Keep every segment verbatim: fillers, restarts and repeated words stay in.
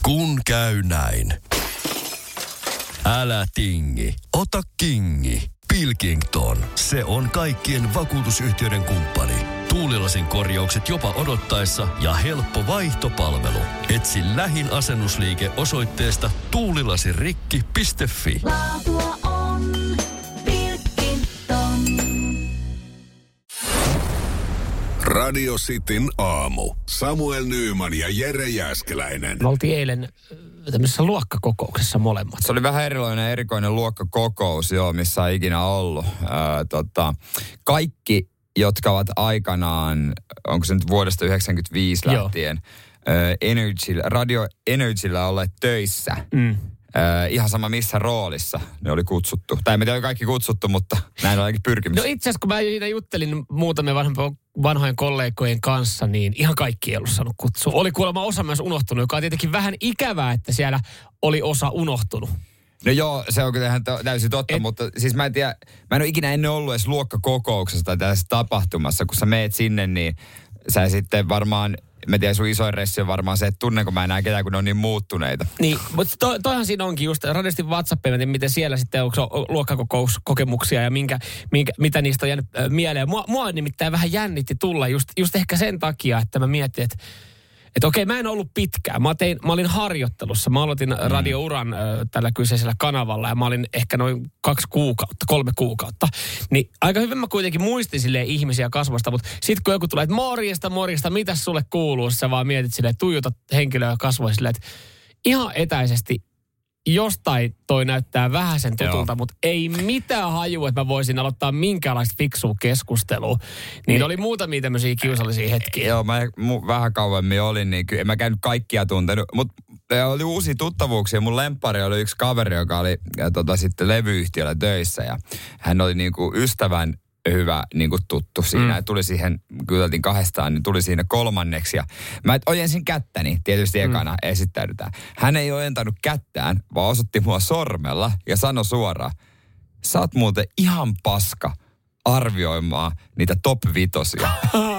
Kun käy näin. Älä tingi, ota kingi. Pilkington, se on kaikkien vakuutusyhtiöiden kumppani. Tuulilasin korjaukset jopa odottaessa ja helppo vaihtopalvelu. Etsi lähin asennusliike osoitteesta tuulilasirikki piste fi. Laatua on Pilkington. Radio Cityn aamu. Samuel Nyyman ja Jere Jääskeläinen. Me oltiin eilen tämmöisessä luokkakokouksessa molemmat. Se oli vähän erilainen erikoinen luokkakokous, joo, missä on ikinä ollut. Ää, tota, kaikki, jotka ovat aikanaan, onko se nyt vuodesta yhdeksänkymmentäviisi lähtien, ää, Energy, Radio Energyllä olleet töissä. Mm. Äh, ihan sama missä roolissa ne oli kutsuttu. Tai en tiedä, kaikki kutsuttu, mutta näin on ainakin pyrkimys. No itse asiassa, kun mä siinä juttelin muutamia vanhojen kollegojen kanssa, niin ihan kaikki ei ollut saanut kutsua. Oli kuulemma osa myös unohtunut, joka on tietenkin vähän ikävää, että siellä oli osa unohtunut. No joo, se on kyllä ihan täysin totta, Et, mutta siis mä en tiedä, mä en ole ikinä ennen ollut edes luokkakokouksessa tai tässä tapahtumassa. Kun sä meet sinne, niin sä sitten varmaan... Mä tiedän, sun isoin ressi on varmaan se, että tunnenko mä enää ketään, kun ne on niin muuttuneita. Niin, mutta to, toihan siinä onkin just, radiosti WhatsAppia, mä tiedän, miten siellä sitten, onko luokkakokouskokemuksia ja minkä, minkä, mitä niistä on jäänyt äh, mieleen. Mua, mua nimittäin vähän jännitti tulla just, just ehkä sen takia, että mä mietin, että Että okei, mä en ollut pitkään. Mä, tein, mä olin harjoittelussa. Mä aloitin mm. radiouran äh, tällä kyseisellä kanavalla ja mä olin ehkä noin kaksi kuukautta, kolme kuukautta. Niin aika hyvin mä kuitenkin muistin silleen ihmisiä kasvosta, mutta sit kun joku tulee, että morjesta, morjesta, mitäs sulle kuuluu? Sä vaan mietit silleen, että tuijotat henkilöä kasvoja silleen, että ihan etäisesti jostain toi näyttää vähäsen tutulta, mutta ei mitään hajua, että mä voisin aloittaa minkäänlaista fiksua keskustelua. Niin, niin oli muutamia tämmöisiä kiusallisia hetkiä. Joo, mä mu, vähän kauemmin olin, niin kyllä en mä käynyt kaikkia tuntenut, mutta oli uusia tuttavuuksia. Mun lemppari oli yksi kaveri, joka oli ja, tota, sitten levyyhtiöllä töissä ja hän oli niinku ystävän hyvä niin kuin tuttu siinä. Mm. Tuli siihen, kyteltiin kahdestaan, niin tuli siinä kolmanneksi. Ja mä ojensin kättäni, tietysti ekana mm. esittäydytään. Hän ei ojentanut kättään, vaan osoitti mua sormella ja sanoi suoraan, sä oot muuten ihan paska arvioimaan niitä top vitosia.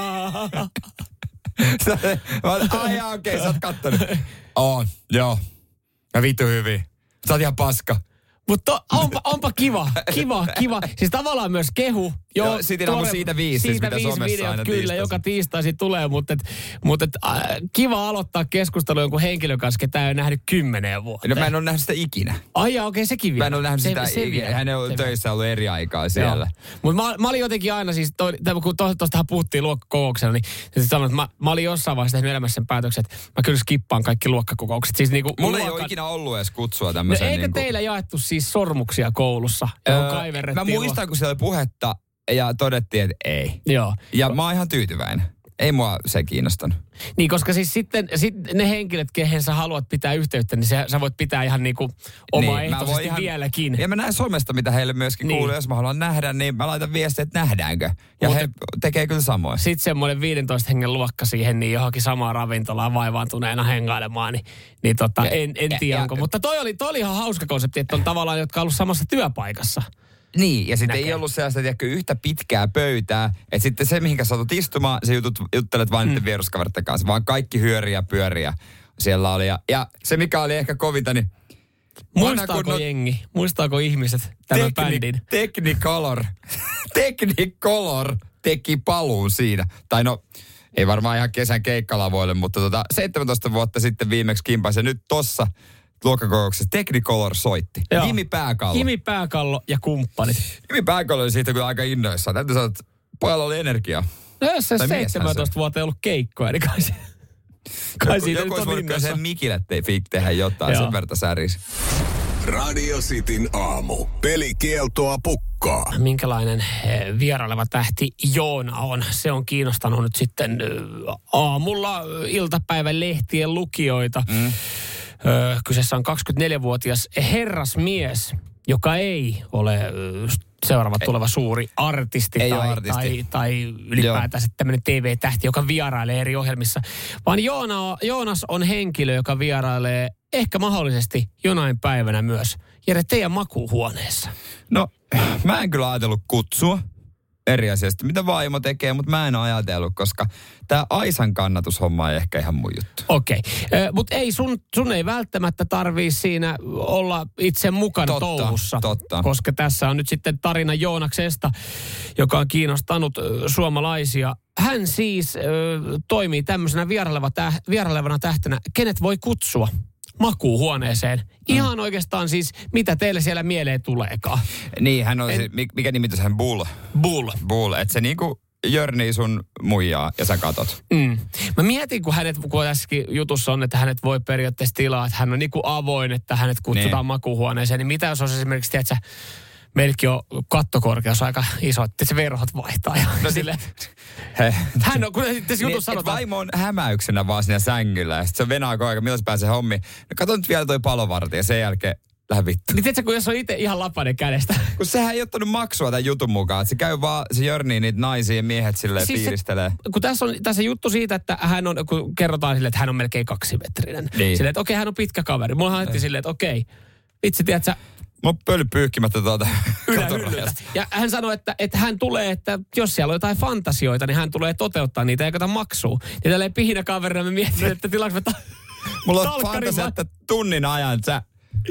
Mä oon, ai okei, okay, sä oot kattonut. Oon, joo. Ja vittu hyvin. Sä oot ihan paska. Mutta onpa, onpa kiva, kiva, kiva. Siis tavallaan myös kehu. Joo, Joo siitä on siitä viisi, siitä mitä viisi somessa videot, aina kyllä, tiistaisin. Joka tiistaisin tulee, mutta, et, mutta et, äh, kiva aloittaa keskustelua jonkun henkilön kanssa, ketä ei ole nähnyt kymmeneen vuoteen. No mä en ole nähnyt sitä ikinä. Ai okei, okay, sekin vielä. Mä en ole nähnyt se, sitä se ikinä. Hän on töissä ollut eri aikaa siellä. Mutta mä, mä olin jotenkin aina siis, toi, kun tuostahan puhuttiin luokkakokouksena, niin sitten sanoin, että mä, mä olin jossain vaiheessa tehnyt elämässä sen päätöksen, että mä kyllä skippaan kaikki luokkakokoukset. Siis niinku mulla luokan... ei ole ikinä ollut edes kutsua tämmöiseen. No eikö niinku... teillä jaettu siis sormuksia koulussa? Öö, mä muistan, kun siellä oli puhetta ja todettiin, että ei. Joo. Ja mä oon ihan tyytyväinen. Ei mua se kiinnostanut. Niin, koska siis sitten sit ne henkilöt, kehen sä haluat pitää yhteyttä, niin sä, sä voit pitää ihan niinku omaehtoisesti niin, ihan, vieläkin. Ja mä näen somesta, mitä heille myöskin niin kuuluu. Jos mä haluan nähdä, niin mä laitan viestiä, että nähdäänkö. Ja Mut, he tekee kyllä samoin. Sitten semmoinen viidentoista hengen luokka siihen, niin johonkin samaan ravintolaan vaivaantuneena hengailemaan, niin, niin tota, ja, en, en tiedä onko. Mutta toi oli, toi oli ihan hauska konsepti, että on tavallaan, jotka on ollut samassa työpaikassa. Niin, ja sitten ei ollut sellaista, tiedätkö, yhtä pitkää pöytää, että sitten se, mihinkä sä otat istumaan, sä jutut, juttelet vain mm. niiden vieruskaveritten kanssa, vaan kaikki hyöriä pyöriä siellä oli. Ja, ja se, mikä oli ehkä kovinta, niin... Muistaako no, jengi? Muistaako ihmiset tämän tekni, bändin? Technicolor. Technicolor teki paluun siinä. Tai no, ei varmaan ihan kesän keikkalavoille, mutta tota, seitsemäntoista vuotta sitten viimeksi kimpasi. Ja nyt tossa... luokkakokouksessa Technicolor soitti. Joo. Jimi Pääkallo. Jimi Pääkallo ja kumppanit. Jimi Pääkallo oli siitä kyllä aika innoissaan. Täytyy sanoa, että pojalla oli energiaa. No jos se seitsemäntoista vuotta ei ollut keikkoa, niin kai, se, kai joku, siitä joku nyt on innoissa. Sen mikille tehdä jotain, sen verta säris. Radio Cityn aamu. Pelikieltoa pukkaa. Minkälainen vieraileva tähti Joona on? Se on kiinnostanut nyt sitten aamulla iltapäivän lehtien lukijoita. Mm. Öö, kyseessä on kaksikymmentäneljävuotias herrasmies, joka ei ole seuraava tuleva suuri artisti, ei tai, artisti. tai, tai ylipäätään tämmöinen T V-tähti, joka vierailee eri ohjelmissa. Vaan Joona, Joonas on henkilö, joka vierailee ehkä mahdollisesti jonain päivänä myös Jere teidän makuuhuoneessa. No, mä en kyllä ajatellut kutsua. eri asia. Sitten mitä vaimo tekee, mutta mä en ole ajatellut, koska tämä Aisan kannatushomma ei ehkä ihan mun juttu. Okei, okay. Mutta ei sun, sun ei välttämättä tarvii siinä olla itse mukana totta, touhussa. Totta. Koska tässä on nyt sitten tarina Joonaksesta, joka on kiinnostanut ö, suomalaisia. Hän siis ö, toimii tämmöisenä vieraileva täh, vierailevana tähtenä, kenet voi kutsua makuuhuoneeseen. Ihan mm. oikeastaan siis, mitä teille siellä mieleen tuleekaan. Niin, hän on En... se, mikä nimitys hän Bull? Bull. Bull, että se niinku jörnii sun muijaa ja sä katot. Mm. Mä mietin, kun hänet, kun tässäkin jutussa on, että hänet voi periaatteessa tilaa, että hän on niinku avoin, että hänet kutsutaan niin makuuhuoneeseen. Niin mitä jos on esimerkiksi, tiedätkö, meilläkin on kattokorkeus aika iso, että se verhot vaihtaa. Ja no sille, he, hän on, kun tässä jutussa niin, sanotaan. Vaimo on hämäyksenä vaan siinä sängyllä ja sitten se venaa koko ajan, milloin se pääsee hommiin. No kato nyt vielä toi palovarti ja sen jälkeen lähde vittu. Niin tiedätkö, kun jos on itse ihan lapainen kädestä. Kun sehän ei ottanut maksua tämän jutun mukaan. Että se käy vaan, se jörnii niitä naisia ja miehet silleen siis piiristelee. Se, kun tässä on tässä juttu siitä, että hän on, kun kerrotaan silleen, että hän on melkein kaksimetrinen. Niin. Silleen, että okei, hän on pitkä kaveri. Mulla haitti silleen, että okei, vitsi, tiedätkö, mä oon pöly pyyhkimättä tuolta ylähyllyltä. Ja hän sanoi, että, että hän tulee, että jos siellä on jotain fantasioita, niin hän tulee toteuttaa niitä eikä kato maksua. Ja tälleen pihinä kaverina mä mietin, että tilaanko mä ta- mulla on fantasia, että tunnin ajan sä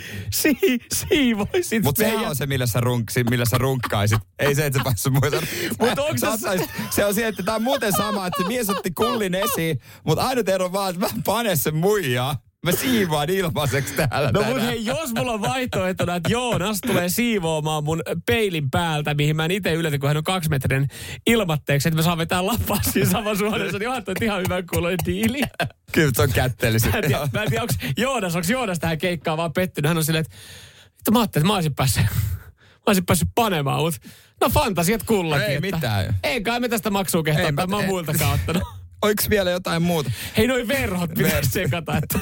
Si- siivoisit. Mutta sehän on se, millä sä, runksi, millä sä runkkaisit. Ei se, että sä päässyt muista. Mut onko se... se on se, että tää on muuten sama, että mies otti kullin esiin, mutta ainut ero vaan, että mä panen sen muijaa. Mä siivoan ilmaiseksi täällä. No mut hei, jos mulla on vaihtoehtona, että Joonas tulee siivoamaan mun peilin päältä, mihin mä en itse yllätin, kun hän on kaksimetrinen ilmatteeksi, että me saamme tää lappaa siinä samassa huoneessa, niin onhan toi ihan hyvän kuuloinen diili. Kyllä se on kättelysi. Mä en tiedä, mä en tiedä onko Joonas, onko Joonas tähän keikkaan vaan pettynyt. Hän on silleen, että mä ajattelin, että mä olisin päässyt, mä olisin päässyt panemaan, mutta no fantasiat kullakin. Ei mitään. Ei kai me tästä maksua kehtaa, mä, mä oon muiltakaan ottanut. Oiks vielä jotain muuta? Hei, noi verhot pitää sekata, että...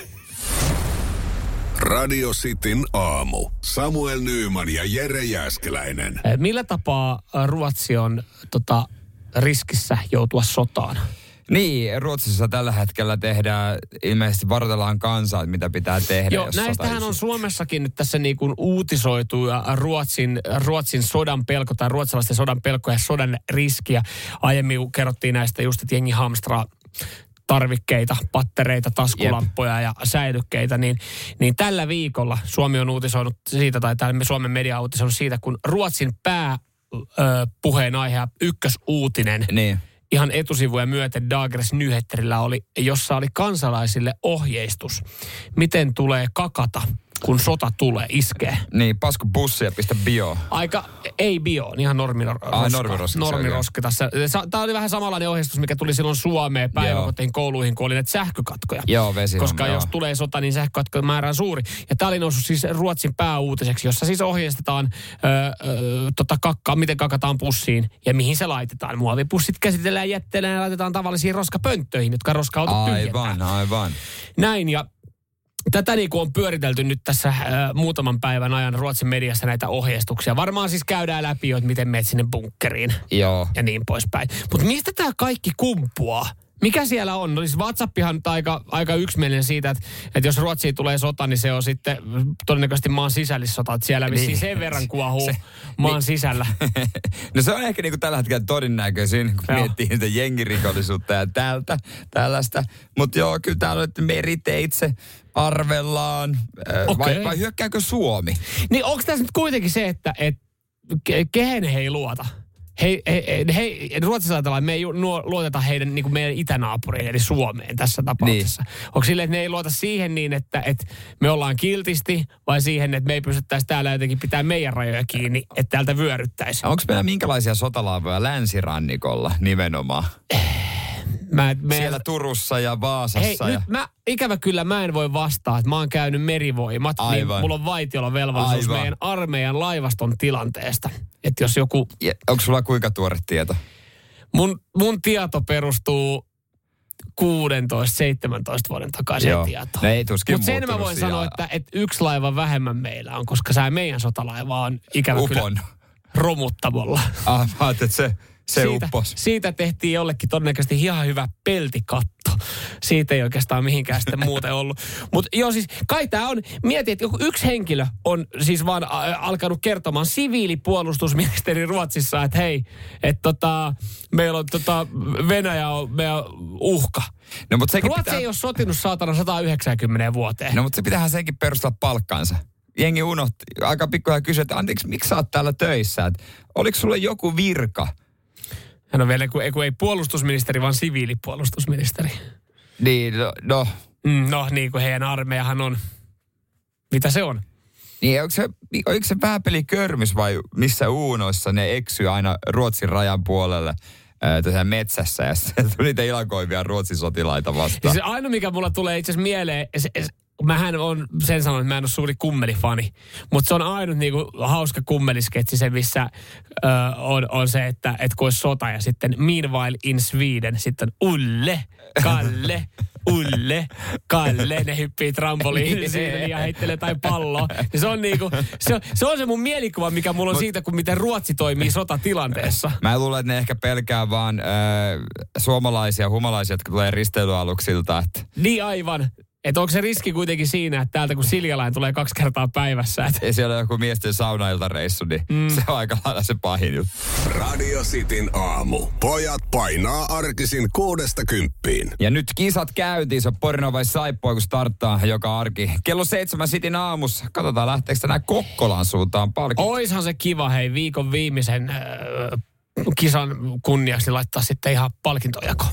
Radio Cityn aamu. Samuel Nyyman ja Jere Jääskeläinen. Millä tapaa Ruotsi on tota, riskissä joutua sotaan? Niin, Ruotsissa tällä hetkellä tehdään, ilmeisesti varoitellaan kansaa, että mitä pitää tehdä. Joo, näistähän on Suomessakin nyt tässä niin kuin uutisoitu ja Ruotsin, Ruotsin sodan pelko tai ruotsalaisten sodan pelko ja sodan riskiä. Aiemmin kerrottiin näistä just, että jengi hamstraa tarvikkeita, pattereita, taskulamppuja Jep. ja säilykkeitä, niin, niin tällä viikolla Suomi on uutisoinut siitä, tai täällä Suomen media on uutisoinut siitä, kun Ruotsin pää ö, puheenaihe ja ykkösuutinen, niin. ihan etusivuja myöten Dagens Nyheterillä oli, jossa oli kansalaisille ohjeistus, miten tulee kakata, kun sota tulee, iskee. Niin, pasku bussia, pistä bio. Aika, ei bio, ihan normiroska. Ai, normiroska. Normiroska tässä. Tämä oli vähän samanlainen ohjeistus, mikä tuli silloin Suomeen päiväkoteihin, kouluihin, kun oli näitä sähkökatkoja. Joo, vesi. Koska on, jos joo. tulee sota, niin sähkökatkojen määrä on suuri. Ja tämä oli noussut siis Ruotsin pääuutiseksi, jossa siis ohjeistetaan ö, ö, tota kakkaa, miten kakataan pussiin ja mihin se laitetaan. Muovipussit käsitellään jätteellä ja laitetaan tavallisiin roskapönttöihin, jotka roskautuu tyhjentää. Aivan, aivan. Näin, ja tätä niin kuin on pyöritelty nyt tässä äh, muutaman päivän ajan Ruotsin mediassa näitä ohjeistuksia. Varmaan siis käydään läpi jo, että miten menet sinne bunkkeriin. Joo. Ja niin poispäin. Mutta mistä tämä kaikki kumpuaa? Mikä siellä on? No siis WhatsAppihan on aika, aika yksimielinen siitä, että, että jos Ruotsiin tulee sota, niin se on sitten todennäköisesti maan sisällissota. Että siellä vissiin niin. sen verran kuohuu se, maan niin. sisällä. No se on ehkä niinku tällä hetkellä todennäköisin, kun joo. miettii niitä jengirikollisuutta ja tältä, tällaista. Mutta joo, kyllä täällä on, että meriteitse arvellaan. Okay. Vai, vai hyökkääkö Suomi? Niin onko tässä nyt kuitenkin se, että et, ke, kehen he ei luota? Hei, hei, hei, Ruotsissa ajatellaan, että me ei luoteta heidän niin kuin meidän itänaapuriin, eli Suomeen tässä tapauksessa. Niin. Onko silleen, että ne ei luota siihen niin, että, että me ollaan kiltisti, vai siihen, että me ei pystyttäisi täällä jotenkin pitää meidän rajoja kiinni, että täältä vyöryttäisiin? Onko meillä minkälaisia sotalaivoja länsirannikolla nimenomaan? Mä, me... Siellä Turussa ja Vaasassa. Hei, ja... nyt mä, ikävä kyllä mä en voi vastaa, että mä oon käynyt merivoimat, Aivan. niin mulla on vaitiolovelvollisuus Aivan. meidän armeijan laivaston tilanteesta. Että jos joku... Ja, onko sulla kuinka tuore tieto? Mun, mun tieto perustuu kuusitoista seitsemäntoista vuoden takaisin tietoon. No ei tuskin Mutta sen mä voin sanoa, että, että yksi laiva vähemmän meillä on, koska sä meidän sotalaiva on ikävä Upon. kyllä romuttamolla. Ah, mä ajattelin, että se... Se siitä, uppos. siitä tehtiin jollekin todennäköisesti ihan hyvä peltikatto. Siitä ei oikeastaan mihinkään sitten muuten ollut. Mutta joo siis, kai tämä on, mieti, että joku yksi henkilö on siis vaan alkanut kertomaan siviilipuolustusministeri Ruotsissa, että hei, että tota, meillä on tota, Venäjä on meidän uhka. No, mutta Ruotsi pitää... ei ole sotinut saatana sata yhdeksänkymmentä vuoteen. No, mutta se pitäähän senkin perustella palkkansa. Jengi unohti, aika pikkuinen kysyi, että anteeksi, miksi sä oot täällä töissä? Et, oliko sulle joku virka? Hän on vielä, kun ei, kun ei puolustusministeri, vaan siviilipuolustusministeri. Niin, no... No, mm, no niin kuin heidän armeijahan on. Mitä se on? Niin, onko se, oliko se vähäpeli Körmys vai missä uunoissa ne eksyy aina Ruotsin rajan puolelle ää, tässä metsässä ja sitten tuli niitä ilakoivia Ruotsin sotilaita vastaan. Se ainoa, mikä mulla tulee itse asiassa mieleen, se, se, mähän on sen sanonut, että mä en ole suuri kummelifani, mutta se on ainut niinku hauska kummelisketsi se, missä ö, on, on se, että et kun olisi sota ja sitten meanwhile in Sweden, sitten Ulle, Kalle, Ulle, Kalle, ne hyppii trampoliin siinä ja heittelee tai palloa. Ja se on niinku, se on, se on se mun mielikuva, mikä mulla on Mut, siitä, kun miten Ruotsi toimii sotatilanteessa. Mä luulen, että ne ehkä pelkää vaan äh, suomalaisia, humalaisia, jotka tulee risteilyaluksilta. Että... Niin aivan. Että onko se riski kuitenkin siinä, että täältä kun Siljaläin tulee kaksi kertaa päivässä. Että... Ei siellä ole joku miesten saunailtareissu, niin mm. se on aika lailla se pahin juttu. Radio Cityn aamu. Pojat painaa arkisin kuudesta kymppiin. Ja nyt kisat käyntiin, se on Porno vai Saippua, kun starttaa joka arki. Kello seitsemän Cityn aamussa. Katsotaan, lähteekö tänään Kokkolan suuntaan palkinto. Oishan se kiva, hei, viikon viimeisen äh, kisan kunniaksi laittaa sitten ihan palkintojako.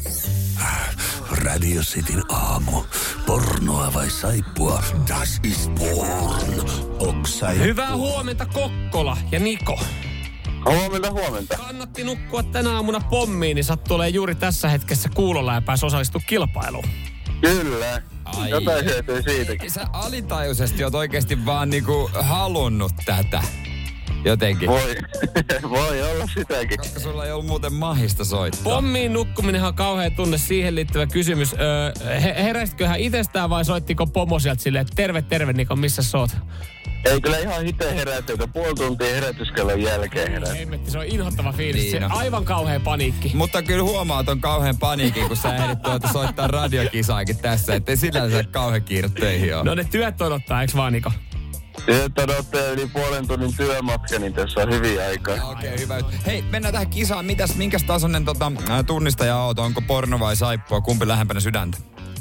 Radio Cityn aamu. Pornoa vai saippua? Das ist porn. Oksai. Hyvää huomenta Kokkola ja Niko. Huomenta, huomenta. Kannatti nukkua tänä aamuna pommiin, niin sattuu olemaan juuri tässä hetkessä kuulolla ja pääsi osallistumaan kilpailuun. Kyllä. Ai, jotain hyötyy siitäkin. Sä alitajuisesti oot oikeasti vaan niinku halunnut tätä. Jotenkin. Voi, voi olla sitäkin. Koska sulla ei ollut muuten mahista soittaa. Pommiin nukkuminenhan on kauhean tunne, siihen liittyvä kysymys. Öö, heräsitköhän itsestään vai soittiko pomo sieltä silleen, että terve, terve Niko, missä sä oot? Ei kyllä ihan itse herätetä. Puoli tuntia herätyskellon jälkeen herätä. Hemmetti, se on inhottava fiilis. Niin Se on. aivan kauhea paniikki. Mutta kyllä huomaa ton kauhean paniikin, kun sä ehdit tuota soittaa radiokisaakin tässä. Ettei sillä saa kauhean kiire töihin ole. No ne työt odottaa, eiks vaan Niko? Nyt odottaa yli puolen tunnin työmatka, niin tässä on hyviä aikaa. Okei, okay, hyvä. Hei, mennään tähän kisaan. Mitäs, minkäs tasoinen tota, tunnistaja oot? Onko porno vai saippua? Kumpi lähempänä sydäntä?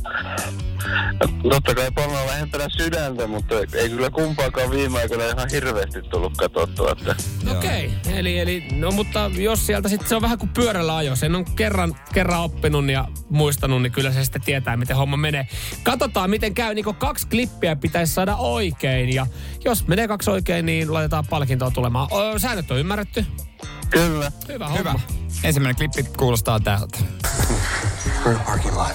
Totta kai porno on lähempänä sydäntä, mutta ei kyllä kumpaakaan viime aikoina ihan hirveästi tullut katsottua. Että... Okei, okay. eli, eli no mutta jos sieltä sitten se on vähän kuin pyörällä ajo. Sen on kerran, kerran oppinut ja muistanut, niin kyllä se sitten tietää, miten homma menee. Katsotaan, miten käy. Niin kaksi klippiä pitäisi saada oikein. Ja jos menee kaksi oikein, niin laitetaan palkintoa tulemaan. O, säännöt on ymmärretty? Kyllä. Hyvä homma. Hyvä. Ensimmäinen klippi kuulostaa täältä. We're in a parking lot.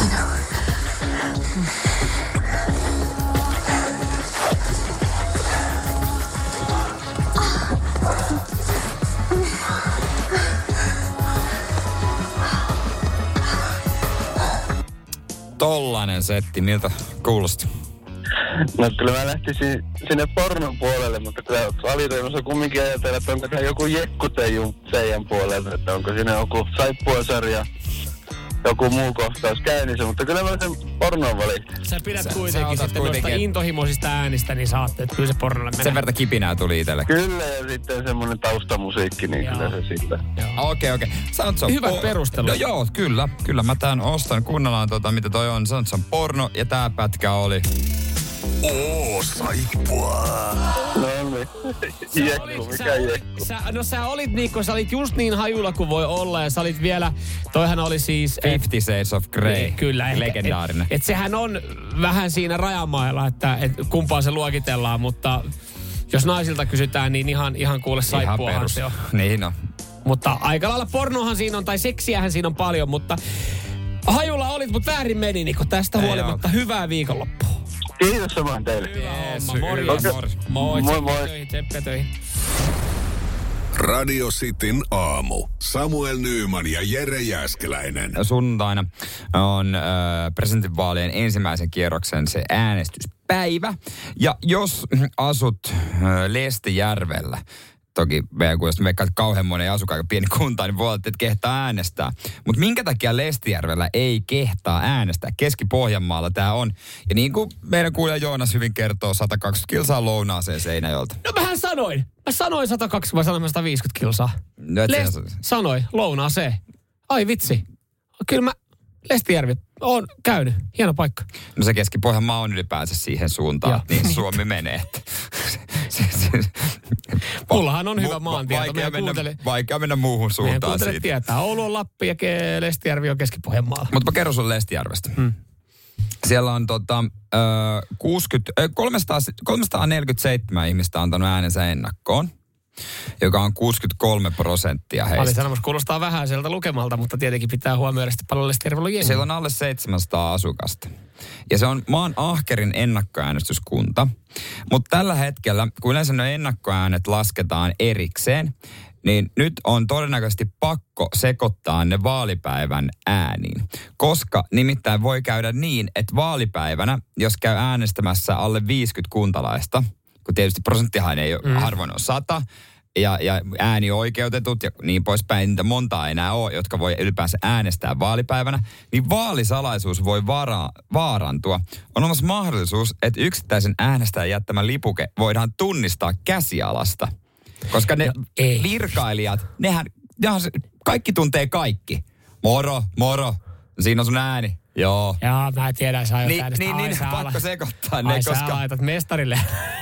Tollanen setti, miltä kuulosti? No kyllä mä lähtisin sinne pornon puolelle, mutta kyllä valitettavasti kumminkin ajatella, että onko tämä joku jekku teidän puolelle, että onko siinä joku saippuasarja, joku muu kohtaus käynnissä, mutta kyllä mä sen pornon valin. Sä pidät Sä- kuitenkin sä otat sitten kuitenkin- noista intohimoisista äänistä, niin saatte, että kyllä se pornolle menee. Sen verran kipinää tuli itselle. Kyllä, ja sitten semmoinen taustamusiikki, niin Joo. kyllä se sitten. Okei, okei. Sanot, se on Hyvät po- perustelut. No joo, kyllä. Kyllä mä tän ostan. Kuunnellaan tota, mitä toi on. Sanot, se on porno ja tää pätkä oli. Oo, saippua. No niin, jekku, mikä jekku. Sä, no sä olit Niikko, sä olit just niin hajulla kuin voi olla ja sä olit vielä, toihan oli siis... Fifty Shades of Grey. Niin, kyllä. Ehkä, Legendaarinen. Et, et sehän on vähän siinä rajamailla, että et kumpaa se luokitellaan, mutta jos naisilta kysytään, niin ihan, ihan kuule Ihan saippuahan perus. se on. Niin on. Mutta aika lailla pornohan siinä on, tai seksiähän siinä on paljon, mutta hajulla olit, mutta väärin meni, Niko. Tästä Ei huolimatta hyvää viikonloppua. Kiitos samaan teille. Jees, Homma, morjens. hyvä, Okei. Moi, Moi, tsemppiä moi. töihin, tsemppiä töihin. Radio Cityn aamu. Samuel Nyyman ja Jere Jääskeläinen. Sunnuntaina on äh, presidentinvaalien ensimmäisen kierroksen se äänestyspäivä. Ja jos asut äh, Lestijärvellä, Toki meidän kun jos me veikkaa, että kauhean monen asukaan aika pieni kunta, niin voi olla, että et kehtaa äänestää. Mutta minkä takia Lestijärvellä ei kehtaa äänestää? Keski-Pohjanmaalla tämä on. Ja niin kuin meidän kuulija Joonas hyvin kertoo, sata kaksikymmentä kilsaa Lounaaseen Seinäjoelta. No mähän sanoin. Mä sanoin sata kaksikymmentä, mä sanoin sata viisikymmentä kilsaa. No Lest, sanoi, Lounaaseen. Ai vitsi. Kyllä mä, Lestijärvi, on käynyt. Hieno paikka. No se Keski-Pohjanmaa on ylipäänsä siihen suuntaan, että niin Suomi menee. se, se, Mullahan on hyvä maantieto. Vaikea mennä, vaikea mennä muuhun suuntaan siitä. Tietää. Oulu on Lappi ja Lestijärvi on Keski-Pohjanmaalla. Mutta mä kerron sun Lestijärvestä. Hmm. Siellä on tota, kuusikymmentä, kolmesataa, kolmesataaneljäkymmentäseitsemän ihmistä antanut äänensä ennakkoon, joka on kuusikymmentäkolme prosenttia heistä. Oli sanomassa, kuulostaa vähän sieltä lukemalta, mutta tietenkin pitää huomioida sitten paljon Lestijärvellä jengiä. Siellä on alle seitsemänsataa asukasta. Ja se on maan ahkerin ennakkoäänestyskunta. Mutta tällä hetkellä, kun yleensä ne ennakkoäänet lasketaan erikseen, niin nyt on todennäköisesti pakko sekoittaa ne vaalipäivän ääniin. Koska nimittäin voi käydä niin, että vaalipäivänä, jos käy äänestämässä alle viisikymmentä kuntalaista, kun tietysti prosenttihan ei mm. harvoin ole sata, ja, ja äänioikeutetut ja niin poispäin, niitä montaa enää ole, jotka voi ylipäänsä äänestää vaalipäivänä, niin vaalisalaisuus voi vara, vaarantua. On olemassa mahdollisuus, että yksittäisen äänestäjän jättämä lipuke voidaan tunnistaa käsialasta. Koska ne no, virkailijat, nehän, nehän, kaikki tuntee kaikki. Moro, moro, siinä on sun ääni. Joo. Joo, mä tiedän, sä aiot Ni, äänestää. Niin, niin, pakko ala... sekoittaa ne, ai, koska... sä laitat mestarille.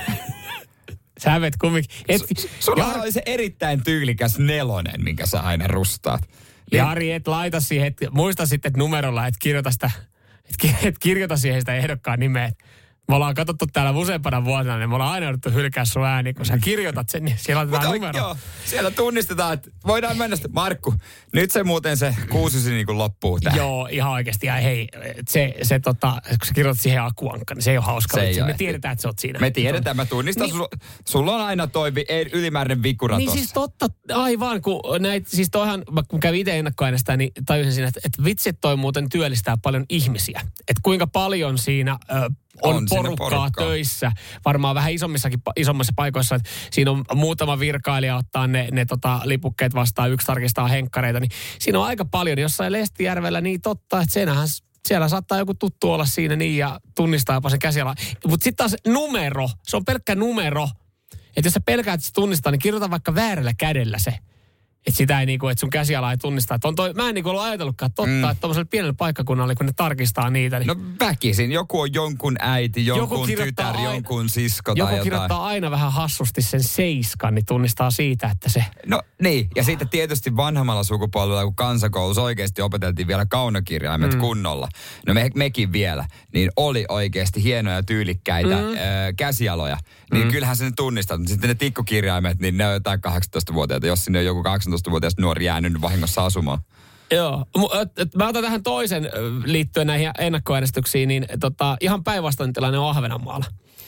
Sä vet kumminkin. Et... S- sulla Jar... oli se erittäin tyylikäs nelonen, minkä sä aina rustaat. Niin... Jari, et laita siihen, et, muista sitten, että numerolla, et kirjoita sitä, et, et kirjoita siihen sitä ehdokkaan nimeä. Me ollaan katsottu täällä useampana vuonna, niin me ollaan aina jouduttu hylkää sun ääni, kun sä kirjoitat sen, niin siellä otetaan Mutta, numero. Joo, siellä tunnistetaan, että voidaan mennä sitten. Markku, nyt se muuten se kuusi niin kuin loppuu tähän. Joo, ihan oikeasti. Ja hei, se, se tota, kun sä kirjoitat siihen Akuankkaan, niin se ei ole hauska. Se ei me tiedetään, että sä oot siinä. Me tiedetään, mä tunnistan. Niin, sulla, sulla on aina toi ylimääräinen vikura niin tossa. Siis totta, aivan, kun näitä, siis toihan, kun kävin itse ennakkoäänestään, niin tajusin siinä, että, että vitsi, toi muuten työllistää paljon ihmisiä. Että kuinka paljon siinä... Ö, On, on porukkaa, porukkaa töissä, varmaan vähän isommissakin, isommissa paikoissa, että siinä on muutama virkailija ottaa ne, ne tota, lipukkeet vastaan, yksi tarkistaa henkkareita, niin siinä on aika paljon. Jossain Lestijärvellä niin totta, että senähän, siellä saattaa joku tuttu olla siinä niin ja tunnistaa jopa sen käsiala. Mutta sitten taas numero, se on pelkkä numero. Että jos sä pelkäät, että se tunnistaa, niin kirjoita vaikka väärällä kädellä se. Että sitä ei niinku, että sun käsiala ei tunnista. Että on toi, mä en niinku ollut ajatellutkaan totta, mm. että tuollaisella pienellä paikkakunnalla, kun ne tarkistaa niitä. Niin... No väkisin. Joku on jonkun äiti, jonkun joku tytär, aina, jonkun sisko tai joku jotain. kirjoittaa aina vähän hassusti sen seiskan, niin tunnistaa siitä, että se... No niin, ja sitten tietysti vanhemmalla sukupolvella, kun kansakoulussa oikeasti opeteltiin vielä kaunokirjaimet mm. kunnolla. No me, mekin vielä. Niin oli oikeasti hienoja, tyylikkäitä mm. ö, käsialoja. Niin mm. kyllähän se ne tunnistaa. Sitten ne tikkukirjaimet, niin ne on jotain kahdeksantoistavuotiaita, jos sinne on joku kahdeksantoistavuotias nuori jäänyt vahingossa asumaan. Joo. Mä otan tähän toisen liittyen näihin ennakkoäänestyksiin, niin tota, ihan päinvastainen tilanne on Ahvenanmaalla.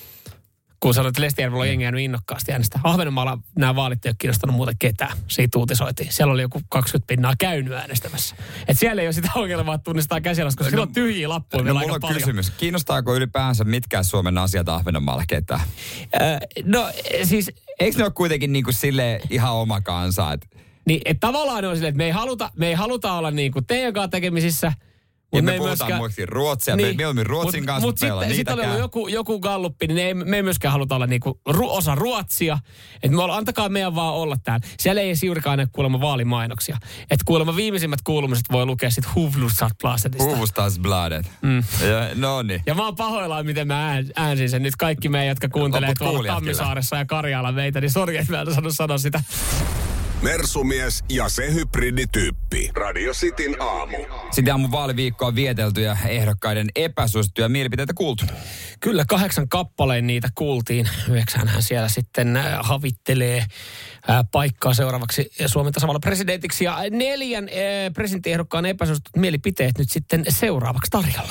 Kun sanoit, että Lestijärvellä on jengi jäänyt innokkaasti äänestää. Ahvenanmaalla nämä vaalit ei ole kiinnostanut muuten ketään. Siitä uutisoitiin. Siellä oli joku kaksikymmentä pinnaa käynyt äänestämässä. Et siellä ei ole sitä ongelmaa, että tunnistaa käsialasta, koska no, siellä on tyhjiä lappuja no, vielä aika paljon. Kysymys. Kiinnostaako ylipäänsä mitkään Suomen asiat Ahvenanmaalla ketään? Äh, no siis... Eikö ne ole kuitenkin niin kuin silleen ihan oma kansa? Että... Niin, että tavallaan ne on silleen, että me ei haluta, me ei haluta olla niin kuin teidän kanssa tekemisissä. Ja me, me puhutaan myöskin ruotsia, niin, me mieluummin Ruotsin mut, kanssa, mutta meillä on niitäkään. Mutta sitten joku, joku galluppi, niin ei, me ei myöskään haluta olla niinku ru, osa Ruotsia. Että me olla, antakaa meidän vaan olla täällä. Siellä ei juurikaan näy kuulemma vaalimainoksia. Että kuulemma viimeisimmät kuulumiset voi lukea sitten Hufvudstadsbladetista. Hufvudstadsbladet. Mm. No niin. Ja mä oon pahoillaan, miten mä äänsin sen. Nyt kaikki meidän, jotka kuuntelee tuolla Tammisaaressa ja Karjala meitä, niin sori, että mä en osannut sanoa sitä. Mersumies ja se hybridityyppi. Radio Cityn aamu. Sitten aamun vaaliviikkoa on vietelty ja ehdokkaiden epäsuosittuja mielipiteitä kuultu. Kyllä, kahdeksan kappaleen niitä kuultiin. Yhdeksänhän siellä sitten havittelee paikkaa seuraavaksi Suomen tasavallan presidentiksi. Ja neljän presidenttiehdokkaan epäsuositut mielipiteet nyt sitten seuraavaksi tarjolla.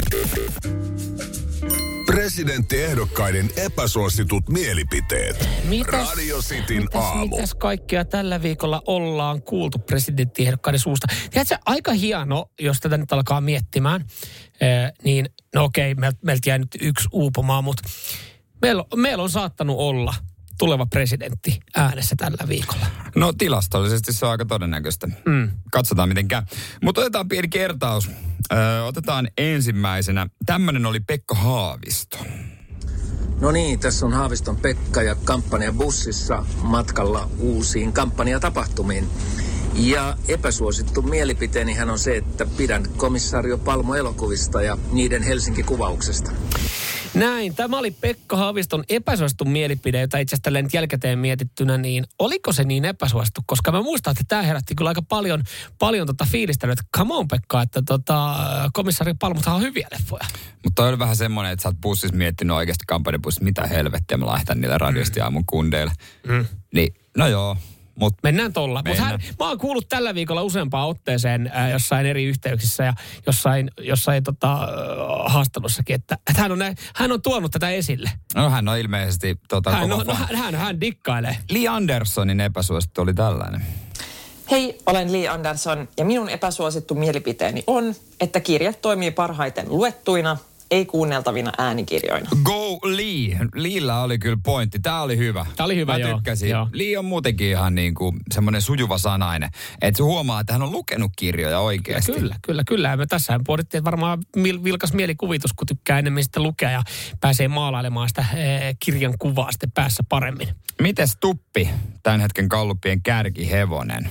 Presidenttiehdokkaiden epäsuositut mielipiteet. Mitäs, Radio Cityn mitäs, aamu. Mitäs kaikkea tällä viikolla ollaan kuultu presidenttiehdokkaiden suusta? Tiedätkö, aika hieno, jos tätä nyt alkaa miettimään, ee, niin no okei, meiltä meilt jäi nyt yksi uupumaan, mutta meillä, meillä on saattanut olla tuleva presidentti äänessä tällä viikolla. No tilastollisesti se on aika todennäköistä. Mm. Katsotaan miten käy. Mutta otetaan pieni kertaus. Öö, otetaan ensimmäisenä. Tämmöinen oli Pekka Haavisto. No niin, tässä on Haaviston Pekka ja kampanja bussissa matkalla uusiin kampanjatapahtumiin. Ja epäsuosittu mielipiteeni hän on se, että pidän komissaario Palmo-elokuvista ja niiden Helsinki-kuvauksesta. Näin, tämä oli Pekka Haaviston epäsuosittu mielipide, jota itse asiassa nyt jälkikäteen mietittynä, niin oliko se niin epäsuosittu? Koska mä muistan, että tämä herätti kyllä aika paljon, paljon tota fiilistä, että come on Pekka, että tota, komissaari Palmuthan on hyviä leffoja. Mutta toi oli vähän semmoinen, että sä oot bussissa miettinyt oikeasti kampanjabussissa, mitä helvettiä mä laitan niille radiosti aamun kundeille. Mm. Niin, no joo. Mut mennään tolla. Mutta mä oon kuullut tällä viikolla useampaan otteeseen äh, jossain eri yhteyksissä ja jossain, jossain tota, äh, haastattelussakin, että, että hän, on, hän on tuonut tätä esille. No hän on ilmeisesti tota, hän, on, no, hän, hän, hän dikkailee. Lee Andersonin epäsuosittu oli tällainen. Hei, olen Lee Anderson ja minun epäsuosittu mielipiteeni on, että kirjat toimii parhaiten luettuina, ei kuunneltavina äänikirjoina. Go Lee. Leellä oli kyllä pointti. Tää oli hyvä. Tää oli hyvä, Mä joo. tykkäsin. Joo. Lee on muutenkin ihan niin kuin semmoinen sujuva sanainen. Että se huomaa, että hän on lukenut kirjoja oikeasti. Kyllä, kyllä, kyllä. Me tässähän pohdittiin, että varmaan vilkas mielikuvitus, kun tykkää enemmän sitten lukea ja pääsee maalailemaan sitä ee, kirjan kuvaa sitten päässä paremmin. Mites Tuppi, tämän hetken Gallupien kärkihevonen?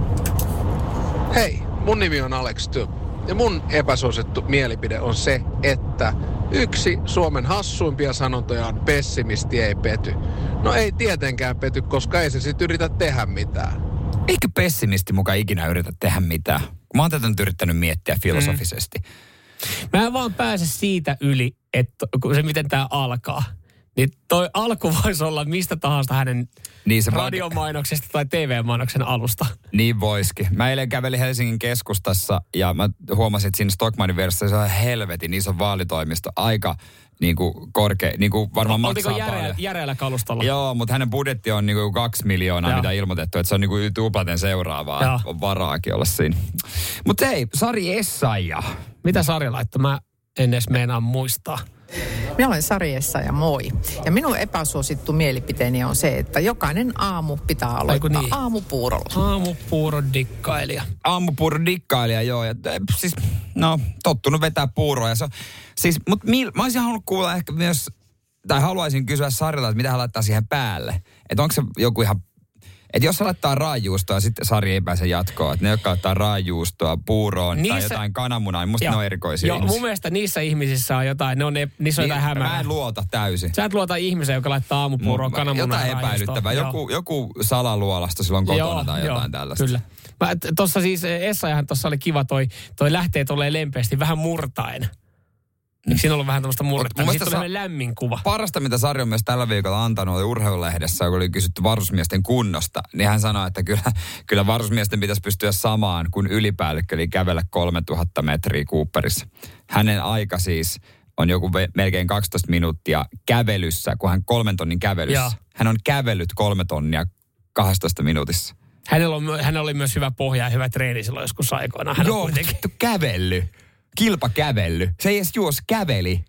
Hei, mun nimi on Alex Tupp. Ja mun epäsuosittu mielipide on se, että yksi Suomen hassuimpia sanontoja on pessimisti ei pety. No ei tietenkään pety, koska ei se sit yritä tehdä mitään. Eikö pessimisti mukaan ikinä yritä tehdä mitään? Mä oon tätä nyt yrittänyt miettiä filosofisesti. Mm. Mä en vaan pääse siitä yli, että se miten tää alkaa. Niin toi alku voisi olla mistä tahansa hänen niin radiomainoksesta tai T V-mainoksen alusta. Niin voisikin. Mä eilen kävelin Helsingin keskustassa ja mä huomasin, että siinä Stockmannin vieressä se on helvetin iso vaalitoimisto. Aika niin kuin korkea, niin kuin varmaan o, maksaa järeä, paljon. järeällä kalustalla? Joo, mutta hänen budjetti on niin kuin kaksi miljoonaa, ja mitä ilmoitettu. Että se on niin kuin tuplaten seuraavaa. Ja. On varaakin olla siinä. Mutta hei, Sari Essayah. Mitä Sari laittoi? Mä en edes meinaa muistaa. Minä olen Sari Essayah, moi. Ja minun epäsuosittu mielipiteeni on se, että jokainen aamu pitää aloittaa niin? aamupuurolla. Aamupuuron dikkailija. Aamupuuron dikkailija, joo. Ja, siis, no, tottunut vetää puuroa. Se, siis, mutta mä olisin halunnut kuulla ehkä myös, tai haluaisin kysyä Sarilta, että mitä hän laittaa siihen päälle. Että onko se joku ihan, että jos se laittaa raajuustoa, sitten Sari ei pääse jatkoon. Että ne, jotka laittaa raajuustoa puuroon niissä, tai jotain kananmunaa, niin musta jo, ne on erikoisia joo, ihmisiä. Mun mielestä niissä ihmisissä on jotain, ne on, ne, niissä on niin, jotain hämärää. Mä en luota täysin. Sä et luota ihmisen, joka laittaa aamupuuroon kananmunaa. Jotain epäilyttävää. Joku, joku salaluolasta silloin kotona joo, tai jotain joo, tällaista. Kyllä. Tuossa siis Essayahhan tuossa oli kiva toi, toi lähtee tolleen lempeästi, vähän murtaen. Eikö siinä ollut vähän tämmöistä murretta? Niin sitten tuli lämmin kuva. Parasta, mitä Sari on myös tällä viikolla antanut, oli Urheilulehdessä, kun oli kysytty varusmiesten kunnosta. Niin hän sanoi, että kyllä, kyllä varusmiesten pitäisi pystyä samaan kuin ylipäällikkö, eli kävellä kolmetuhatta metriä Cooperissa. Hänen aika siis on joku melkein kaksitoista minuuttia kävelyssä, kun hän kolmen tonnin kävelyssä. Ja. Hän on kävellyt kolme tonnia kaksitoista minuutissa. Hänellä, on, hänellä oli myös hyvä pohja ja hyvä treeni silloin joskus aikoinaan. Hän joo, kävelly. Kilpakävely. Se ei edes juos käveli.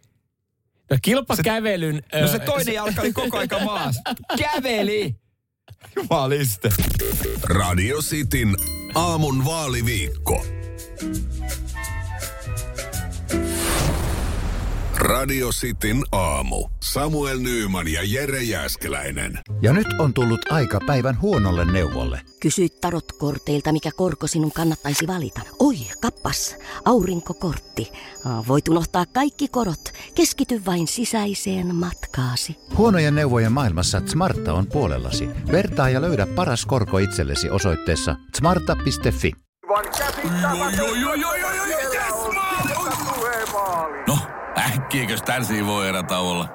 No kilpakävelyn... Se, no se toinen jalka oli koko aika maassa. Käveli! Jumaliste. Radio Cityn aamun vaaliviikko. Radio Cityn aamu. Samuel Nyyman ja Jere Jääskeläinen. Ja nyt on tullut aika päivän huonolle neuvolle. Kysy tarotkorteilta, mikä korko sinun kannattaisi valita. Oi, kappas, aurinkokortti. Voit unohtaa kaikki korot. Keskity vain sisäiseen matkaasi. Huonojen neuvojen maailmassa Smarta on puolellasi. Vertaa ja löydä paras korko itsellesi osoitteessa smarta piste fi. No, äkkiäkös tän siivoo erätauolla?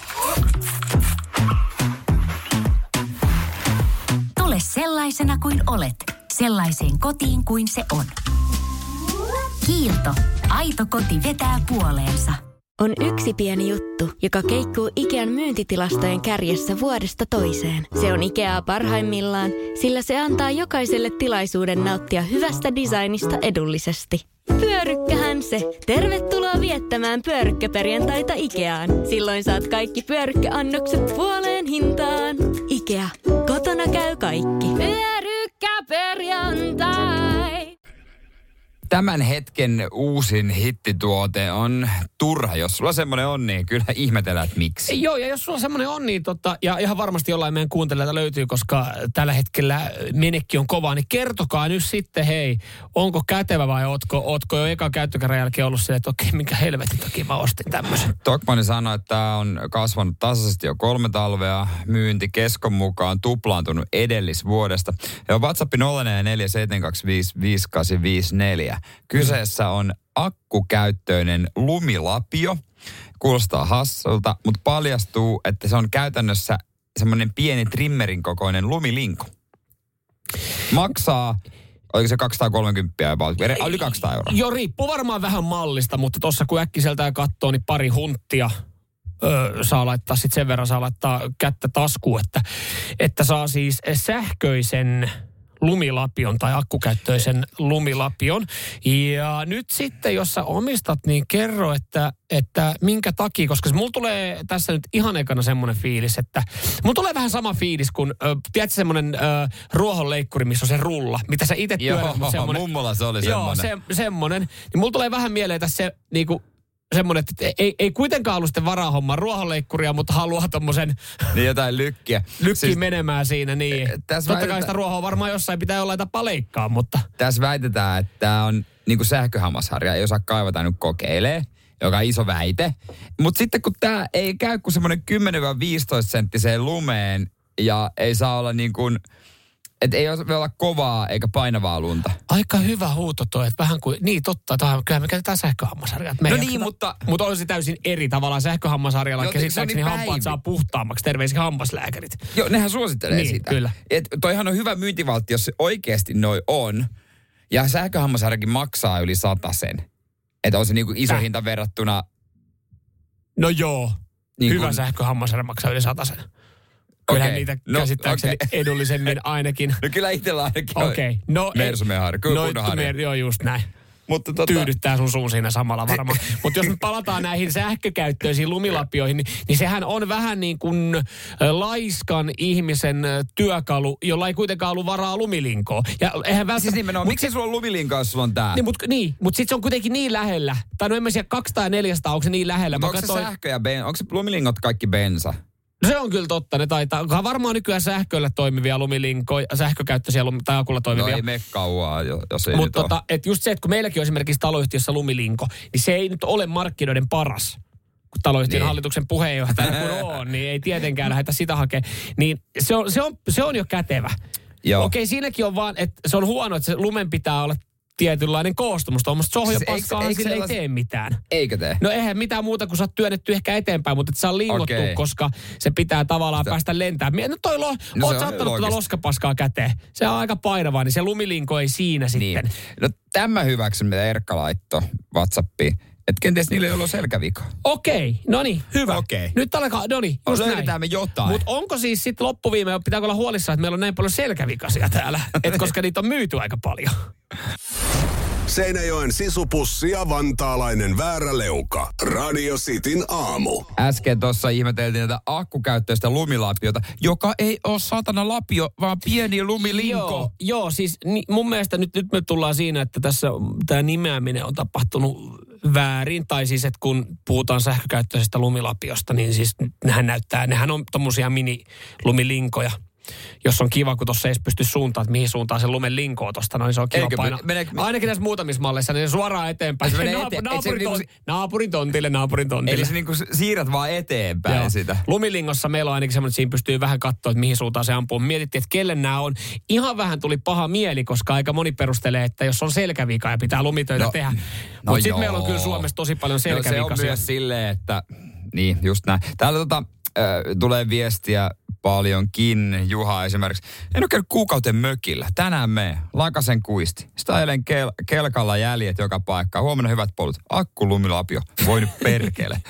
Tule sellaisena kuin olet, sellaiseen kotiin kuin se on. Kiilto. Aito koti vetää puoleensa. On yksi pieni juttu, joka keikkuu Ikean myyntitilastojen kärjessä vuodesta toiseen. Se on Ikeaa parhaimmillaan, sillä se antaa jokaiselle tilaisuuden nauttia hyvästä designista edullisesti. Pyörykkähän se! Tervetuloa viettämään pyörykkäperjantaita Ikeaan. Silloin saat kaikki pyörykkäannokset puoleen hintaan. Ikea. Kotona käy kaikki. Pyörykkä perjantai. Tämän hetken uusin hittituote on turha. Jos sulla semmoinen on, niin kyllä ihmetellään, että miksi. Joo, ja jos sulla semmoinen on, niin tota, ja ihan varmasti jollain meidän kuuntelijoilta löytyy, koska tällä hetkellä menekki on kovaa, niin kertokaa nyt sitten, hei, onko kätevä vai ootko, ootko jo eka käyttökerran jälkeen ollut silleen, että okei, minkä helvetin takia mä ostin tämmöisen. Tokmanni sanoi, että tämä on kasvanut tasaisesti jo kolme talvea. Myynti Keskon mukaan tuplaantunut edellisvuodesta. Ja WhatsApp nolla neljä neljä seitsemän kaksi viisi viisi kahdeksan viisi neljä. Kyseessä on akkukäyttöinen lumilapio. Kuulostaa hassulta, mutta paljastuu, että se on käytännössä semmoinen pieni trimmerin kokoinen lumilinko. Maksaa, oliko se kaksisataakolmekymmentä about, yli kaksisataa euroa. Joo, riippuu varmaan vähän mallista, mutta tuossa kun äkkiseltään katsoo, niin pari hunttia öö, saa laittaa, sitten sen verran saa laittaa kättä taskuun, että, että saa siis sähköisen lumilapion tai akkukäyttöisen lumilapion. Ja nyt sitten, jos sä omistat, niin kerro, että, että minkä takia, koska mulla tulee tässä nyt ihan ekana semmoinen fiilis, että mulla tulee vähän sama fiilis kuin, äh, tiedätkö semmoinen äh, ruohonleikkuri, missä on se rulla, mitä sä itse työnnät. Joo, mummola se oli semmoinen. Joo, se, semmoinen. Niin mulla tulee vähän mieleen tässä se niinku semmoinen, että ei, ei kuitenkaan ollut sitten varaa hommaa ruohonleikkuria, mutta haluaa tommosen niin jotain lykkiä. Lykkiä siis menemään siinä, niin. Totta väitetään, kai sitä ruohoa varmaan jossain pitää jollain tapaa leikkaa, mutta. Tässä väitetään, että tämä on niin kuin sähköhammasharja, ei osaa kaivata, nyt kokeilee, joka on iso väite. Mutta sitten kun tämä ei käy kuin semmoinen kymmenen viisitoista senttiseen lumeen ja ei saa olla niin kuin, että ei voi olla kovaa eikä painavaa lunta. Aika hyvä huuto toi, että vähän kuin, niin totta, tohon, kyllä me käytetään sähköhammasharjaa. No niin, mutta. Mutta olisi täysin eri tavallaan sähköhammasharjalla, no, käsittääkseni niin hampaat saa puhtaammaksi, terveisiä hammaslääkärit. Joo, nehän suosittelee niin, sitä. Kyllä. Et toihan on hyvä myyntivaltti, jos se oikeasti noi on. Ja sähköhammasharjakin maksaa yli satasen. Että on se niinku iso Täh. hinta verrattuna. No joo, niin hyvä kun sähköhammasharja maksaa yli satasen. Kyllähän okay. niitä no, käsittääkseni okay. edullisemmin ainakin. No kyllä itsellä ainakin okay. no, Mersumeharja, kyllä no, kunnon harja. Joo, just näin. Mutta tota tyydyttää sun suun siinä samalla varmaan. Mutta jos me palataan näihin sähkökäyttöisiin lumilapioihin, niin, niin sehän on vähän niin kuin laiskan ihmisen työkalu, jolla ei kuitenkaan ollut varaa lumilinkoa. Ja eihän välttämättä. Siis nimenomaan, miksi sulla on lumilinko, jos sulla on tää? Niin, mutta niin, mut sit se on kuitenkin niin lähellä. Tai no en mä siellä kaksisataa ja neljäsataa, onko se niin lähellä? Onko se katsoin sähkö ja bensa? Onko se lumilingot kaikki bensa? Se on kyllä totta, ne taitaa. Varmaan nykyään sähköllä toimivia lumilinkoja, sähkökäyttöisiä lumi, tai akulla toimivia. No ei mene kauaa, jos ei Mutta tota, että just se, että kun meilläkin on esimerkiksi taloyhtiössä lumilinko, niin se ei nyt ole markkinoiden paras. Kun taloyhtiön niin. hallituksen puheenjohtaja kun on, niin ei tietenkään lähdetä sitä hakemaan. Niin se on, se on, se on jo kätevä. Joo. Okei, siinäkin on vaan, että se on huono, että se lumen pitää olla tietynlainen koostumus. Tuommoista sohjopaskaa siis sille ei tee mitään. Eikö tee? No eihän mitään muuta, kun sä oot työnnetty ehkä eteenpäin, mutta et saa lingottua, okay. koska se pitää tavallaan Sitä. päästä lentämään. No toi lo, no oot saattanut tuota loskapaskaa käteen. Se on aika painavaa, niin se lumilinko ei siinä niin. sitten. No tämä hyväksyn, mitä Erkka laittoi WhatsAppiin. Että kenties niillä ei ollut selkävika. Okei, no niin, hyvä. Okei. Nyt alkaa, no niin, just löydetään me jotain. Mutta onko siis sitten loppuviimeen, pitääkö olla huolissaan, että meillä on näin paljon selkävikasia täällä? Et koska niitä on myyty aika paljon. Seinäjoen sisupussi ja vantaalainen vääräleuka. Radio Cityn aamu. Äsken tuossa ihmeteltiin tätä akkukäyttöistä lumilapiota, joka ei ole satana lapio, vaan pieni lumilinko. Joo, joo siis ni, mun mielestä nyt, nyt me tullaan siinä, että tässä tämä nimeäminen on tapahtunut väärin. Tai siis, että kun puhutaan sähkökäyttöisestä lumilapiosta, niin siis nehän näyttää, nehän on tommosia mini-lumilinkoja. Jos on kiva, kun tuossa ei pysty suuntaan, että mihin suuntaan se lumen linkoo tuosta, noin se on kiva painaa. Mene, Ainakin näissä muutamissa malleissa, niin suoraan eteenpäin. Se menee ete- naapurin, et ton, niinku, naapurin tontille, naapurin tontille. Eli se niinku siirrät vaan eteenpäin Joo. sitä. Lumilingossa meillä on ainakin semmoinen, että siinä pystyy vähän katsoa, että mihin suuntaan se ampuu. Mietittiin, että kelle nämä on. Ihan vähän tuli paha mieli, koska aika moni perustelee, että jos on selkävika ja pitää lumitöitä no, tehdä. No Mutta sitten meillä on kyllä Suomessa tosi paljon selkävikaisia. No se on myös silleen, että niin, just näin. Täällä tota, äh, tulee viestiä paljonkin. Juha esimerkiksi. En ole käynyt kuukauten mökillä. Tänään me Lakasen kuisti. Sitä ajelen kel- kelkalla jäljet joka paikkaan. Huomenna hyvät polut. Akku lumilapio. Voi nyt perkele.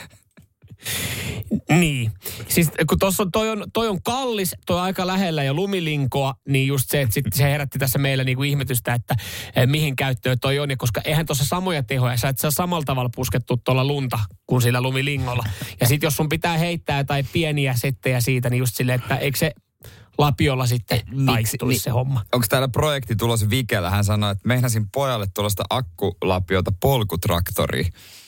Niin. Siis kun tossa on, toi on, toi on kallis, toi on aika lähellä ja lumilinkoa, niin just se, että sit se herätti tässä meillä niinku ihmetystä, että eh, mihin käyttöön toi on. Ja koska eihän tuossa samoja tehoja, sä et saa samalla tavalla puskettu tuolla lunta kuin sillä lumilingolla. Ja sit jos sun pitää heittää jotain pieniä settejä siitä, niin just silleen, että eikö se lapiolla sitten taittuisi se homma. Onko täällä projekti tulossa Vikellä? Hän sanoi, että meinasin pojalle tuollaista akkulapiota polkutraktoria.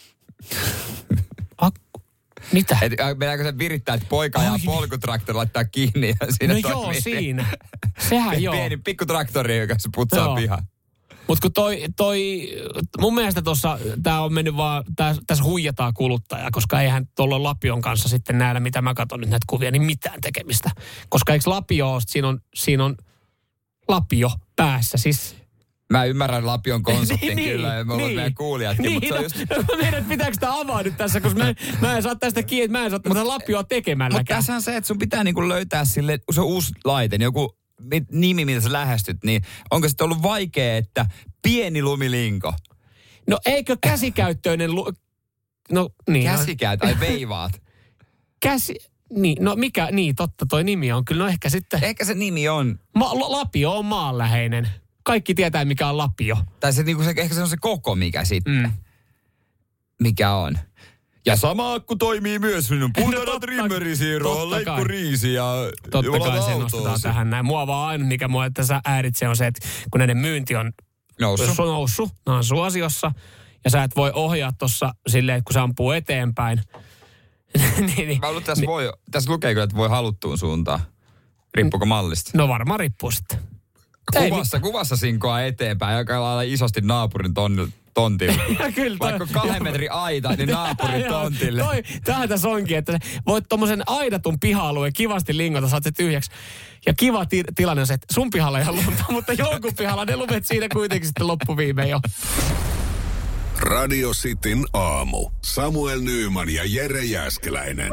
Akku? Mitä? Et, meidäänkö se virittää, että poika ajaa polkutraktori, laittaa kiinni ja siinä no toimii. joo, siinä. Sehän joo. Pieni pikkutraktori, joka se putsaa joo. pihaan. Mutta kun toi, toi, mun mielestä tuossa, tää on mennyt vaan, tää, tässä huijataan kuluttajaa, koska eihän tuolla Lapion kanssa sitten näillä, mitä mä katson nyt näitä kuvia, niin mitään tekemistä. Koska eikö Lapio ole, siinä on, siinä on Lapio päässä, siis... Mä ymmärrän Lapion konseptin niin, kyllä, ja me ollaan niin, meidän kuulijatkin, niin, mutta se on no, just... No, meidän pitääkö sitä avaa nyt tässä, koska mä, mä en saa tästä kiinni, mä en saa tästä Lapioa tekemälläkään. Mutta tässä on se, että sun pitää niinku löytää sille, se on uusi laite, niin joku nimi, mitä sä lähestyt, niin onko se ollut vaikea, että pieni lumilinko? No eikö käsikäyttöinen... Lu... No niin. Käsikäyttö, ai veivaat. Käsi... Niin, no mikä, niin totta, toi nimi on kyllä, no ehkä sitten... Ehkä se nimi on... Ma, Lapio on maanläheinen. Kaikki tietää, mikä on Lapio. Tai se, niinku se, ehkä se on se koko, mikä sitten. Mm. Mikä on. Ja sama akku toimii myös minun puhdana no, trimmerisiirroon, leikkuriisi ja... Totta kai se nostetaan tähän näin. Mua vaan aina, mikä mua tässä häiritsee, on se, että kun näiden myynti on noussut, noussut ne on suosiossa, ja sä et voi ohjaa tuossa silleen, että kun se ampuu eteenpäin. niin, niin, Mä luulen, tässä, niin, voi, tässä lukee kyllä, että voi haluttuun suuntaan. Riippuuko mallista? No varmaan riippuu sitten. Kuvassa, kuvassa sinkoa eteenpäin, joka lailla isosti naapurin tonnilla. Tontille. Ja kyllä toi, vaikka kahden metrin aita, niin naapurin tontille. Toi, tämähän tässä onkin, että voit tommosen aidatun piha-alueen kivasti lingota, saat se tyhjäksi. Ja kiva ti- tilanne on se, että sun pihalla ei ole lunta, mutta jonkun pihalla ne lumet siinä kuitenkin sitten loppuviimeen jo. Radio Cityn aamu. Samuel Nyyman ja Jere Jääskeläinen.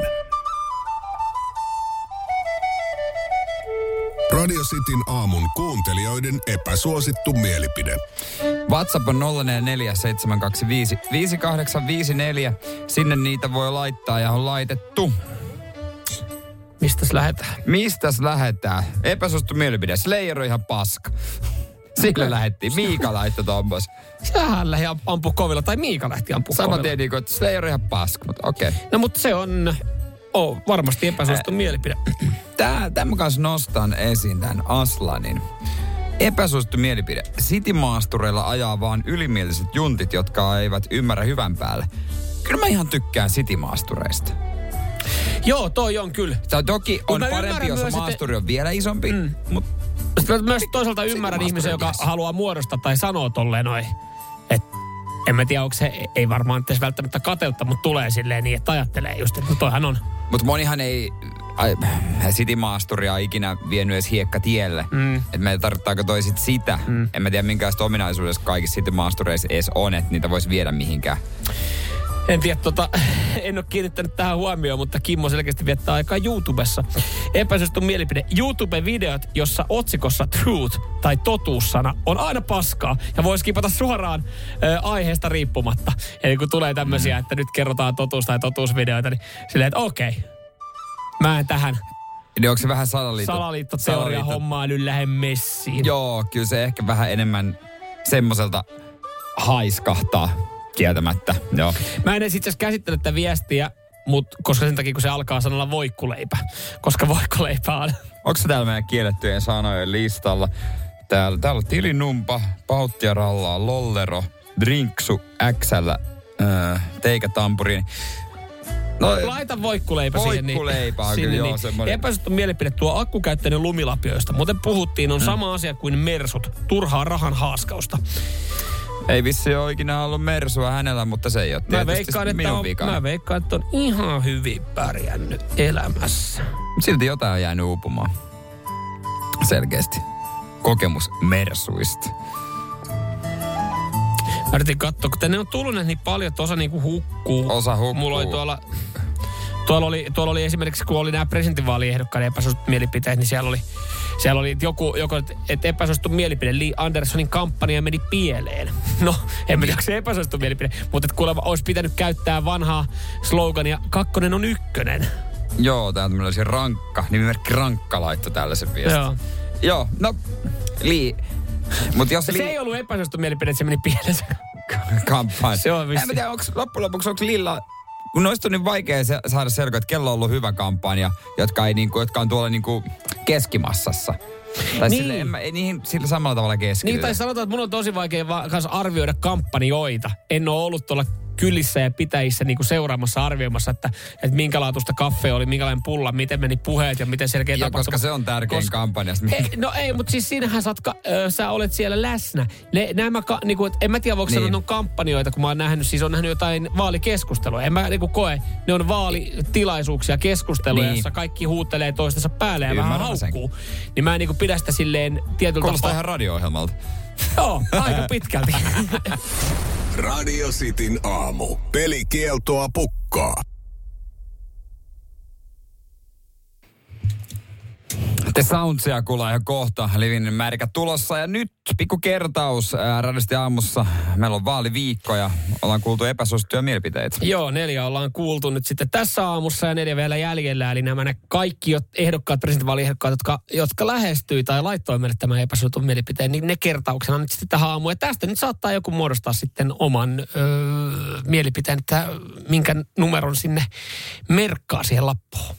Radio Cityn aamun kuuntelijoiden epäsuosittu mielipide. WhatsApp on nolla neljä neljä seitsemän kaksi viisi viisi kahdeksan viisi neljä. Sinne niitä voi laittaa ja on laitettu. Mistäs lähetään? Mistäs lähetään? Epäsuosittu mielipide. Slayer on ihan paska. Sille lähettiin. Miika laittoi tommos. Sähän lähti ampua kovilla, tai Miika lähti ampua kovilla. Sama tiedä, että Slayer on ihan paska, mutta okei. Okay. No mutta se on... Oh, varmasti epäsuosittu mielipide. Tää, tämän kanssa nostan esiin tämän Aslanin. Epäsuosittu mielipide. Citymaastureilla ajaa vaan ylimieliset juntit, jotka eivät ymmärrä hyvän päälle. Kyllä mä ihan tykkään citymaastureista. Joo, toi on kyllä. Se toki on parempi, jos myös, maasturi on vielä isompi, mm. mutta... Sitten myös toisaalta ymmärrän ihmisen, joka haluaa muodostaa tai sanoo tolleen noin, että en mä tiedä, onko se, ei varmaan edes välttämättä kateutta, mutta tulee silleen niin, että ajattelee just, että toihan on. Mutta monihan ei citymaasturia ikinä vienyt edes hiekkatielle. Mm. Että me tarvittaako toi sit sitä. Mm. En mä tiedä, minkälaista ominaisuudessa kaikissa citymaastureissa edes on, että niitä voisi viedä mihinkään. En tiedä, tota, en ole kiinnittänyt tähän huomioon, mutta Kimmo selkeästi viettää aikaa YouTubessa. Epäsuosittu mielipide. YouTube-videot, jossa otsikossa truth tai totuussana on aina paskaa ja voi skipata suoraan ö, aiheesta riippumatta. Eli kun tulee tämmöisiä, että nyt kerrotaan totuus- tai totuusvideoita, niin silleen, että okei, okay, mä en tähän niin onko se vähän salaliitto? Salaliittoteoria hommaa nyt lähde messiin. Joo, kyllä se ehkä vähän enemmän semmoiselta haiskahtaa. Kieltämättä, joo. Mä en edes itse asiassa käsittänyt tätä viestiä, mutta koska sen takia, kun se alkaa sanalla voikkuleipä. Koska voikkuleipä on. Onko se täällä meidän kiellettyjen sanojen listalla? Täällä, täällä on tilinumpa, pauttia rallaa, lollero, drinksu, äksällä, äh, teikätampuriin. No, laita voikkuleipä siihen. Voikkuleipä on niin, kyllä, joo, niin. semmoinen. Epäsuosittu mielipide, tuo akkukäyttöinen lumilapio, josta muuten puhuttiin, on mm. sama asia kuin mersut. Turhaa rahan haaskausta. Ei vissi ole ikinä ollut mersua hänellä, mutta se ei ole mä veikkaan, minun on, vika. Mä veikkaan, että on ihan hyvin pärjännyt elämässä. Silti jotain on jäänyt uupumaan. Selkeästi. Kokemus mersuista. Mä yritin katsoa, kun tänne on tullut niin paljon, että osa niinku hukkuu. Osa hukkuu. Mulla oli tuolla... Tuolla oli, tuolla oli esimerkiksi, kun oli nämä presidentinvaaliehdokkaiden epäsuositut mielipiteet, niin siellä oli, siellä oli joku, joku että epäsuosittu mielipide, Li Anderssonin kampanja meni pieleen. No, en tiedä, onko se epäsuosittu mielipide, mutta että kuulemma olisi pitänyt käyttää vanhaa slogania, kakkonen on ykkönen. Joo, tää on tämmöinen rankka, nimimerkki Rankka laittoi tällaisen viestin. Joo. Joo, no, Li... Mut jos se li... ei ollut epäsuosittu mielipide, että se meni pieleen se kampanja. Se on vissi. En mä tiedä, onko loppujen lopuksi onko Lilla kun noista on niin vaikea se, saada selkoa, että kello on ollut hyvä kampanja, jotka, ei, niin kuin, jotka on tuolla niin kuin keskimassassa. Tai niin. sille, en mä, ei niihin sillä samalla tavalla keskitytä. Niin, tai sanotaan, että mun on tosi vaikea va- kanssa arvioida kampanjoita. En ole ollut tuolla kylissä ja pitäjissä niin kuin seuraamassa, arvioimassa, että, että minkälaatuista kaffea oli, minkälainen pulla, miten meni puheet ja miten selkeä tapahtuma. tapahtuma. Koska se on tärkein koska, kampanjasta. Ei, no ei, mutta siis siinähän sä, oot, äh, sä olet siellä läsnä. Ne, nämä, ka, niin kuin, en mä tiedä, voiko niin. sanoa, että ne on kampanjoita, kun mä oon nähnyt, siis on nähnyt jotain vaalikeskustelua. En mä niin kuin koe, ne on vaalitilaisuuksia, keskusteluja, niin. jossa kaikki huuttelee toistensa päälle ja Ymmärrän vähän haukkuu. Sen. Niin mä en niin kuin pidä sitä silleen tietyllä Kuulostaa tapaa. Ihan radio-ohjelmalta. Joo, aika pitkälti. Radio Cityn aamu. Pelikieltoa pukkaa. The Soundsia kuullaan ihan kohta. Livin märkä tulossa. Ja nyt pikku kertaus Radiosti aamussa. Meillä on vaaliviikko ja ollaan kuultu epäsuosittuja mielipiteitä. Joo, neljä ollaan kuultu nyt sitten tässä aamussa ja neljä vielä jäljellä. Eli nämä ne kaikki ehdokkaat, presidentinvaaliehdokkaat, jotka, jotka lähestyi tai laittoi meille tämän epäsuositun mielipiteen, niin ne kertauksena nyt sitten tähän aamuun. Ja tästä nyt saattaa joku muodostaa sitten oman öö, mielipiteen, että minkä numeron sinne merkkaa siihen lappuun.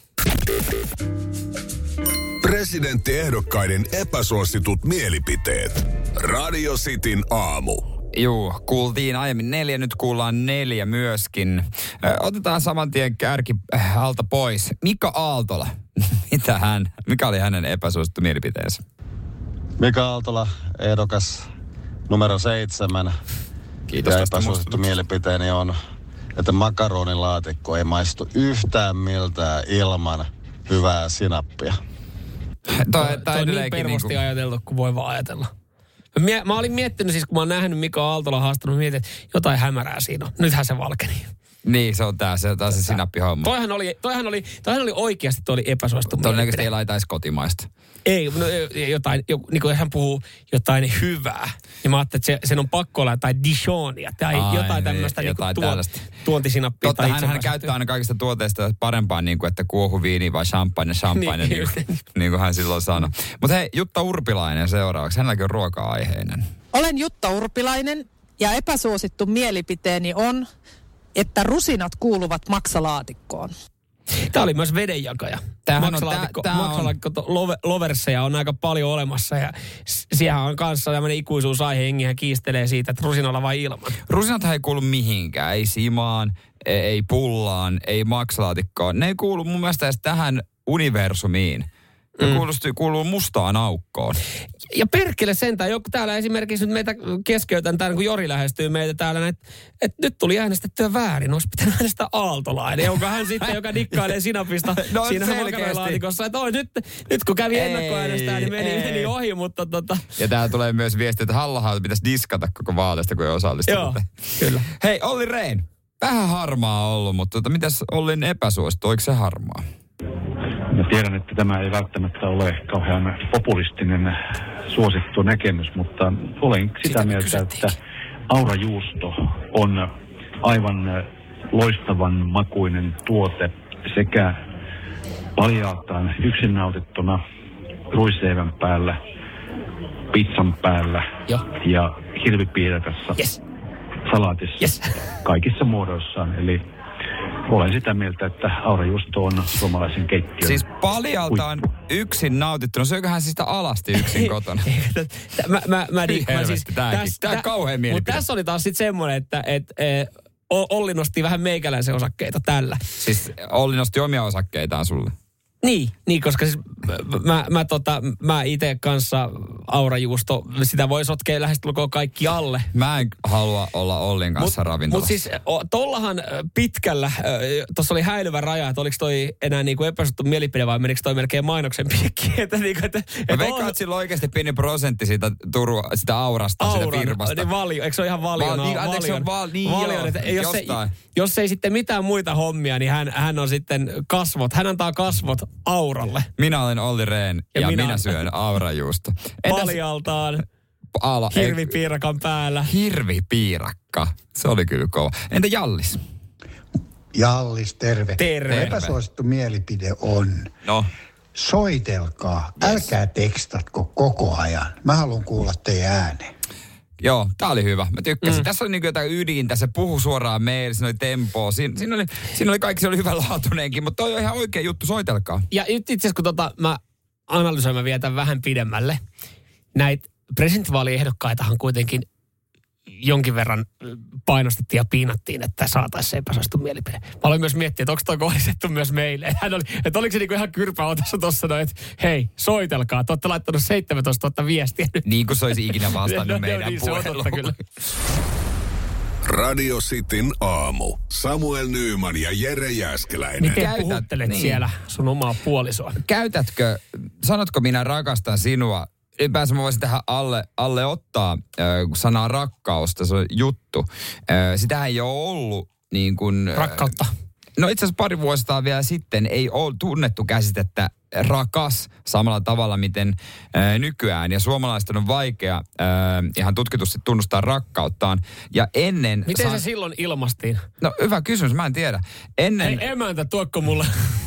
Presidenttiehdokkaiden epäsuositut mielipiteet. Radio Cityn aamu. Juu, kuultiin aiemmin neljä, nyt kuullaan neljä myöskin. Ö, otetaan saman tien kärki alta pois. Mika Aaltola, mitä hän, mikä oli hänen epäsuosittu mielipiteensä? Mika Aaltola, ehdokas numero seitsemän. Kiitos. Ja epäsuosittu mielipiteeni on, että makaronilaatikko ei maistu yhtään miltään ilman hyvää sinappia. Toi, toi, toi on niin pervosti niinku ajateltu, kun voi vaan ajatella. Mä, mä olin miettinyt siis, kun mä oon nähnyt Mika Aaltola haastanut, mietin, että jotain hämärää siinä on. Nythän se valkeni. Niin, se on tää, se on taas se sinappihomma. Toihan oli, toihan oli, toihan oli oikeasti, toi oli epäsuosittu. Todennäköisesti ei laitaisi kotimaista. Ei, no, jotain, niin kuin hän puhuu jotain hyvää, niin mä ajattelin, että se, sen on pakko olla jotain Dijonia tai Ai, jotain tämmöistä niin, niin tuo, tuontisinappia. Totta, hän, hän käyttää aina kaikista tuoteista parempaa, niin kuin, että kuohuviini vai champagne, champagne, niin, niin, kuin, niin kuin hän silloin sanoi. Mutta hei, Jutta Urpilainen seuraavaksi. Hänelläkin on ruoka-aiheinen. Olen Jutta Urpilainen ja epäsuosittu mielipiteeni on, että rusinat kuuluvat maksalaatikkoon. Tämä oli myös vedenjakaja. Maksalaatikko, tää, tää maksalaatikko on... loverseja on aika paljon olemassa ja siellä on kanssa tämmöinen ikuisuusaihe, jengihän kiistelee siitä, että rusinalla vai ilman. Rusinathan ei kuulu mihinkään, ei simaan, ei pullaan, ei maksalaatikkoon. Ne ei kuulu mun mielestä edes tähän universumiin. Ne mm. kuuluu, kuuluu mustaan aukkoon. Ja perkele sentään, joku täällä esimerkiksi nyt meitä keskeytän tämän, kun Jori lähestyy meitä täällä, että, että nyt tuli äänestettyä väärin, olisi pitänyt äänestää Aaltolainen. Onko hän sitten, joka dikkailee sinapista no, siinä makaronlaatikossa, että oi, nyt, nyt kun kävi ennakkoäänestää, niin meni, meni ohi, mutta tota... Ja täällä tulee myös viesti, että Halla-aho pitäisi diskata koko vaaleista, kun ei osallistunut. Joo, kyllä. Hei, Olli Rehn, vähän harmaa ollut, mutta tota, mitäs Ollin epäsuosittu, oliko se harmaa? Mä tiedän, että tämä ei välttämättä ole kauhean populistinen suosittu näkemys, mutta olen sitä, sitä mieltä, että aurajuusto on aivan loistavan makuinen tuote sekä paljaaltaan yksin nautittuna ruisleivän päällä, pizzan päällä jo. ja hirvipiirakassa, yes. salaatissa, yes. kaikissa muodoissaan. Eli olen sitä mieltä, että aurajuusto on suomalaisen keittiön. Siis paljaltaan yksin nautittuna. Syököhän siis sitä alasti yksin kotona? mä mä, mä diikkaan siis. Tämäkin. Tämä on kauhean mielipide. Mutta tässä oli taas sitten semmoinen, että et, et, Olli nosti vähän meikäläisen osakkeita tällä. Siis Olli nosti omia osakkeitaan sulle? Niin, niin koska siis mä, mä, tota, mä itse kanssa aurajuusto, sitä voi sotkea lähestulkoon kaikki alle. Mä en halua olla Ollin kanssa mut, ravintolassa. Mutta siis tollahan pitkällä, tuossa oli häilyvä raja, että oliko toi enää niinku epäsuosittu mielipide vai menikö toi melkein mainoksen piikkiin? Että niinku, että, mä veikkaan, että sillä on oikeasti pieni prosentti siitä, turu, sitä aurasta, Auran, sitä firmasta. Niin valio, eikö se ole ihan valion? Val, niin, anteeksi, se on val, niin valion, joo, että jos, se, jos ei sitten mitään muita hommia, niin hän, hän on sitten kasvot, hän antaa kasvot auralle. Minä olen Olli Rehn ja, ja minä, minä syön aurajuusto. Paljaltaan Ala, hirvipiirakan päällä. Hirvipiirakka, se oli kyllä kova. Entä Jallis? Jallis, terve. Terve. Epäsuosittu mielipide on. No. Soitelkaa, yes. Älkää tekstatko koko ajan. Mä haluan kuulla teidän ääneen. Joo, tää oli hyvä. Mä tykkäsin. Mm. Tässä oli niinku jotain ydintä, se puhu suoraan meille, siinä oli tempoa. Siin, siinä, oli, siinä oli kaikki, se oli hyvänlaatuinenkin, mutta toi on ihan oikea juttu, soitelkaa. Ja itse asiassa kun tota, mä analysoin, mä vietän vähän pidemmälle. Näitä presidentinvaaliehdokkaitahan kuitenkin jonkin verran painostettiin ja piinattiin, että saataisiin se epäsuosittu mielipide. Mä aloin myös miettiä, että onko toi kohdistettu myös meille. Hän oli, että oliko se niinku ihan kyrpäotossa tuossa noin, että hei, soitelkaa. Te olette laittanut seitsemäntoistatuhatta viestiä nyt. Niin kuin se olisi ikinä vastannut no, meidän no, niin, puheluun. Kyllä. Radio Cityn aamu. Samuel Nyyman ja Jere Jääskeläinen. Miten puhuttelet niin. siellä sun omaa puolisoa? Käytätkö, sanotko minä rakastan sinua? Ylipäänsä mä voisin tähän alle, alle ottaa äh, sanaa rakkaus, se on juttu. Äh, sitähän ei ole ollut niin kuin... Äh, Rakkautta. No itse asiassa pari vuotta vielä sitten ei ole tunnettu käsitettä rakas samalla tavalla, miten äh, nykyään. Ja suomalaisten on vaikea äh, ihan tutkitusti tunnustaa rakkauttaan. Ja ennen... Miten sa- se silloin ilmastiin? No hyvä kysymys, mä en tiedä. Ennen... Hei emäntä, tuokko mulle...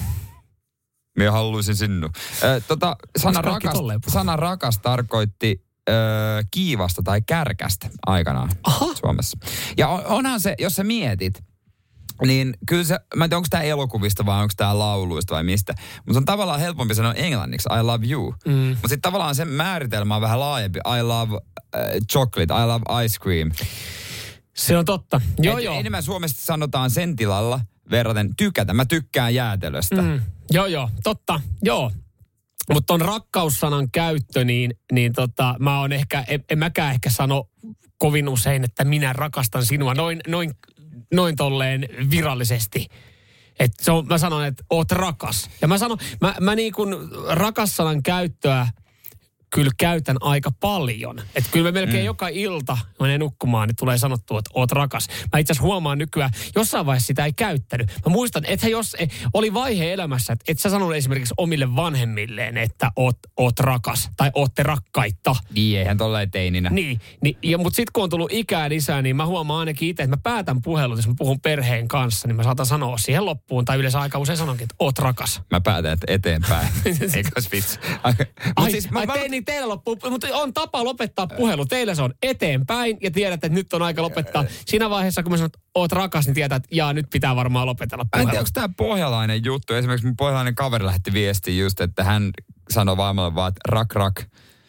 Minä haluaisin sinua. Ö, tota, sana, rakas, sana rakas tarkoitti ö, kiivasta tai kärkästä aikanaan Aha. Suomessa. Ja on, onhan se, jos sä mietit, niin kyllä se, mä en tiedä, onko tämä elokuvista vai onko tämä lauluista vai mistä, mutta on tavallaan helpompi sanoa englanniksi, I love you. Mm. Mutta sitten tavallaan sen määritelmä on vähän laajempi, I love uh, chocolate, I love ice cream. Se on totta. Joo, Et joo. Enemmän Suomessa sanotaan sen tilalla verraten tykätä. Mä tykkään jäätelöstä. Mm. Joo, joo. Totta. Joo. Mutta on rakkaussanan käyttö, niin, niin tota, mä oon ehkä, en, en mäkään ehkä sano kovin usein, että minä rakastan sinua noin, noin, noin tolleen virallisesti. Et se on, mä sanon, että oot rakas. Ja mä sanon, mä, mä niin kuin rakassanan käyttöä kyllä käytän aika paljon. Että kyllä mä melkein mm. joka ilta, kun menen nukkumaan, niin tulee sanottua, että oot rakas. Mä itse asiassa huomaan nykyään, jossain vaiheessa sitä ei käyttänyt. Mä muistan, että jos oli vaihe elämässä, että et sä sanonut esimerkiksi omille vanhemmilleen, että oot, oot rakas tai ootte rakkaita. Niin, eihän tolleen teininä. Niin, niin ja, mutta sitten kun on tullut ikää lisää, niin mä huomaan ainakin itse, että mä päätän puhelut, jos mä puhun perheen kanssa, niin mä saatan sanoa siihen loppuun, tai yleensä aika usein sanonkin, että oot rakas. Mä päätän, että eteenpäin. Eikös vitsi. Ai, siis, ai mä, tein, niin teillä loppuu, mutta on tapa lopettaa puhelu. Teillä se on eteenpäin ja tiedät, että nyt on aika lopettaa. Siinä vaiheessa, kun mä sanon, että oot rakas, niin tiedät, että jaa, nyt pitää varmaan lopetella puhelu. En tiedä, onko tämä pohjalainen juttu. Esimerkiksi mun pohjalainen kaveri lähetti viestiä just, että hän sanoi vaimolle vaan, että rak rak.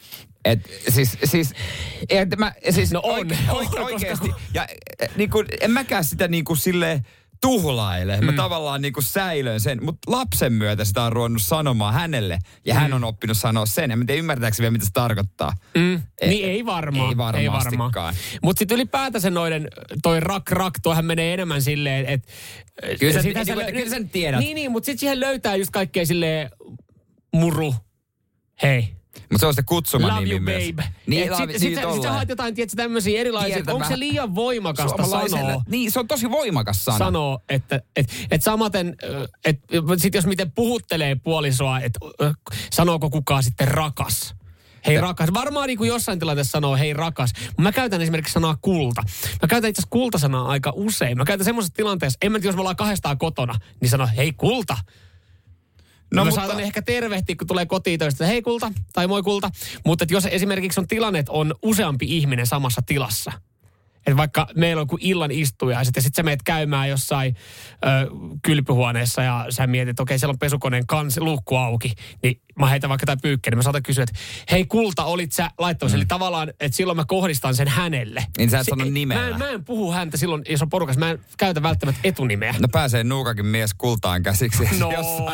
Et siis, siis, et mä, siis no on, oike, oike, oikeasti. Ja niin kuin, en mäkään sitä niin kuin silleen tuhlaile. Mä mm. tavallaan niin kuin säilön sen, mutta lapsen myötä sitä on ruvennut sanomaan hänelle. Ja mm. hän on oppinut sanoa sen. Ja mä tiedän, ymmärtääkö vielä, mitä se tarkoittaa. Mm. Et, niin ei varmaan. Ei varmastikaan. Varma. Mutta sitten ylipäätänsä noiden, toi rak rak, toihan menee enemmän silleen, että... Kyllä sä, niin, sä, niin, kyllä sä tiedät. Niin, niin, mutta sitten siihen löytää just kaikkea silleen muru, hei. Mutta se on se kutsuma love nimi you, myös. Babe. Niin, Sitten sit, sit, sit sä haet jotain, tiedätkö, tämmöisiä erilaisia. Onko se liian voimakasta sanoa? Niin, se on tosi voimakas sana. Sanoo, että et, et samaten, että sit jos miten puhuttelee puolisoa, että sanooko kukaan sitten rakas. Hei ja. rakas. Varmaan niin kuin jossain tilanteessa sanoo hei rakas. Mä käytän esimerkiksi sanaa kulta. Mä käytän itse asiassa kultasanaa aika usein. Mä käytän semmoisessa tilanteessa, en mä tiedä, jos me ollaan kahdestaan kotona, niin sano hei kulta. No, mä mutta... saatan ehkä tervehtiä, kun tulee kotiin töistä, hei kulta, tai moi kulta. Mutta jos esimerkiksi on tilanne, että on useampi ihminen samassa tilassa. Että vaikka meillä on joku illan istuja, ja sitten sit sä meet käymään jossain ö, kylpyhuoneessa, ja sä mietit, että okei, siellä on pesukoneen kansi, luukku auki. Niin mä heitän vaikka tämän pyykkeen, niin mä saatan kysyä, että hei kulta, olit sä laittamassa? Mm. Eli tavallaan, että silloin mä kohdistan sen hänelle. Niin sä et sano nimellä. Mä en, mä en puhu häntä silloin, jos on porukassa. Mä en käytä välttämättä etunimeä. No pääsee nuukakin mies kultaan käsiksi. No.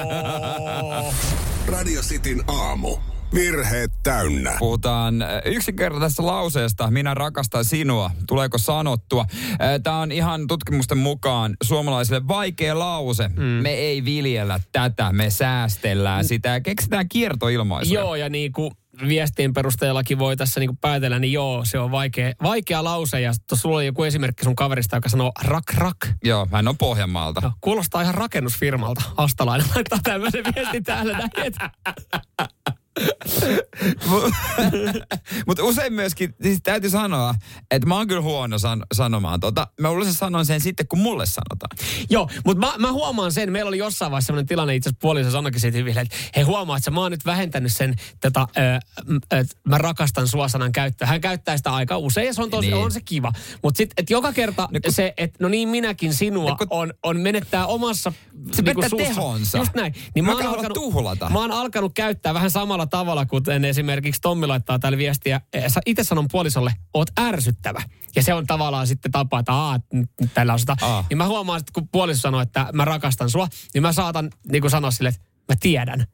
Radio Cityn aamu. Virheet täynnä. Puhutaan yksinkertaisesta lauseesta, minä rakastan sinua. Tuleeko sanottua? Tämä on ihan tutkimusten mukaan suomalaisille vaikea lause. Mm. Me ei viljellä tätä, me säästellään sitä ja keksitään kiertoilmaisuja. Joo, ja niin kuin viestien perusteellakin voi tässä niin kuin päätellä, niin joo, se on vaikea, vaikea lause. Ja tuossa sulla oli joku esimerkki sun kaverista, joka sanoo rak rak. Joo, hän on Pohjanmaalta. No, kuulostaa ihan rakennusfirmalta. Astalainen laittaa tämmöisen viestin täällä näin. Mutta usein myöskin, siis täytyy sanoa, että mä oon kyllä huono san- sanomaan tota. Mä yleensä sanon sen sitten, kun mulle sanotaan. Joo, mutta mä, mä huomaan sen, meillä oli jossain vaiheessa sellainen tilanne, itse asiassa puoliso sanoikin siitä hyvin, että he huomaa, että mä oon nyt vähentänyt sen, tota, ö, mä rakastan sua sanan käyttöä. Hän käyttää sitä aika usein ja se on, tosi, niin. on se kiva. Mutta sitten, että joka kerta no, kun, se, että no niin minäkin sinua no, kun, on, on menettää omassa se niin pettää tehonsa. Just näin. Niin mä, mä, oon alkanut, tuhlata. mä oon alkanut käyttää vähän samalla tavalla, kuten esimerkiksi Tommi laittaa täällä viestiä. Itse sanon puolisolle, oot ärsyttävä. Ja se on tavallaan sitten tapa, että aah, tällä on sitä. Aa. Niin mä huomaan, että kun puoliso sanoo, että mä rakastan sua, niin mä saatan niin kuin sanoa sille, että mä tiedän.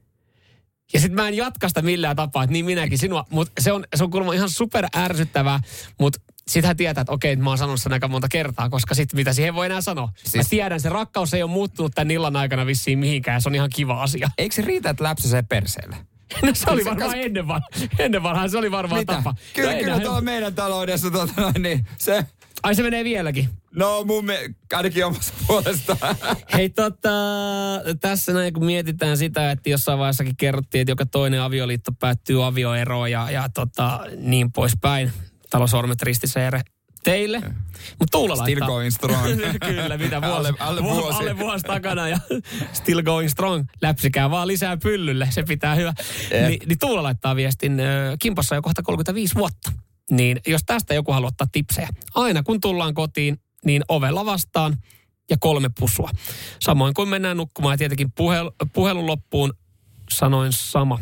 Ja sitten mä en jatka sitä millään tapaa, että niin minäkin sinua. Mutta se on, se on kuulemma ihan super ärsyttävää, mutta sit hän tietää, että okei, mä oon sanonut sen aika monta kertaa, koska sitten mitä siihen voi enää sanoa. Siis... Mä tiedän, se rakkaus ei ole muuttunut tämän illan aikana vissiin mihinkään, ja se on ihan kiva asia. Eikö se riitä, että läpsäsee perseelle? No se oli varmaan kas... ennen, van... ennen vanhaan, se oli varmaan Mitä? tapa. Kyllä, no, kyllä tuolla meidän taloudessa, tuota, niin se... Ai se menee vieläkin? No mun me... ainakin omassa puolestaan. Hei tota, tässä näin kun mietitään sitä, että jossain vaiheessakin kerrottiin, että joka toinen avioliitto päättyy avioeroon ja, ja tota, niin poispäin. Talosormet ristissä ere teille. Mutta Tuula laittaa. Still going strong. Kyllä, mitä vuosi. alle, alle vuosi. Alle vuosi takana ja still going strong. Läpsikää vaan lisää pyllylle, se pitää hyvä. Ni, niin Tuula laittaa viestin, Kimpossa jo kohta kolmekymmentäviisi vuotta. Niin jos tästä joku haluaa ottaa tipsejä. Aina kun tullaan kotiin, niin ovella vastaan ja kolme pusua. Samoin kuin mennään nukkumaan ja tietenkin puhel, puhelun loppuun sanoin sama.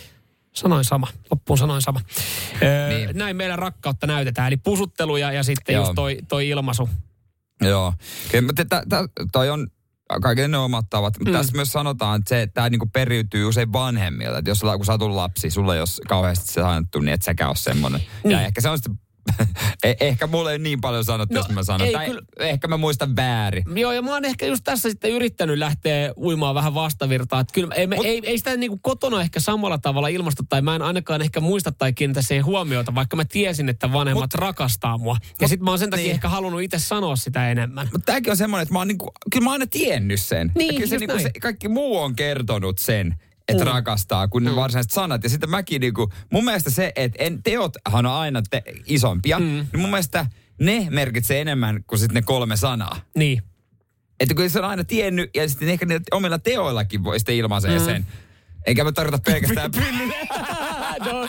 Sanoin sama. Loppuun sanoin sama. Öö, niin. Näin meidän rakkautta näytetään. Eli pusuttelu ja, ja sitten Joo. just toi, toi ilmaisu. Joo. Mutta toi on kaiken ne omat tavat. Mm. Tässä myös sanotaan, että, se, että tämä niinku periytyy usein vanhemmilta. Että jos kun sä oot lapsi, sulla ei ole kauheasti se sanottu, niin et säkään ole semmoinen. Niin. Ja ehkä se on sitten... Eh, ehkä mulle ei niin paljon sanottu, no, jos mä sanon. Tai kyllä. Ehkä mä muistan väärin. Joo, ja mä oon ehkä just tässä sitten yrittänyt lähteä uimaan vähän vastavirtaa. Että kyllä ei, Mut, ei, ei sitä niinku kotona ehkä samalla tavalla ilmasta, tai mä en ainakaan ehkä muista tai kiinnitä siihen huomiota, vaikka mä tiesin, että vanhemmat mut, rakastaa mua. Ja mut, sit mä oon sen takia niin. ehkä halunnut itse sanoa sitä enemmän. Mutta tääkin on semmoinen, että mä oon niinku, kyllä mä oon aina tiennyt sen. Niin, kyllä se, niinku, se, kaikki muu on kertonut sen. Että mm. rakastaa, kun ne mm. varsinaiset sanat. Ja sitten mäkin niinku, mun mielestä se, että en, teothan on aina te, isompia, mm. niin mun mielestä ne merkitsee enemmän kuin sitten ne kolme sanaa. Niin. Että kun se on aina tiennyt, ja sitten ehkä niillä omilla teoillakin voi sitten ilmaisee mm. sen. Eikä mä tarkoita pelkästään pyllylle. no,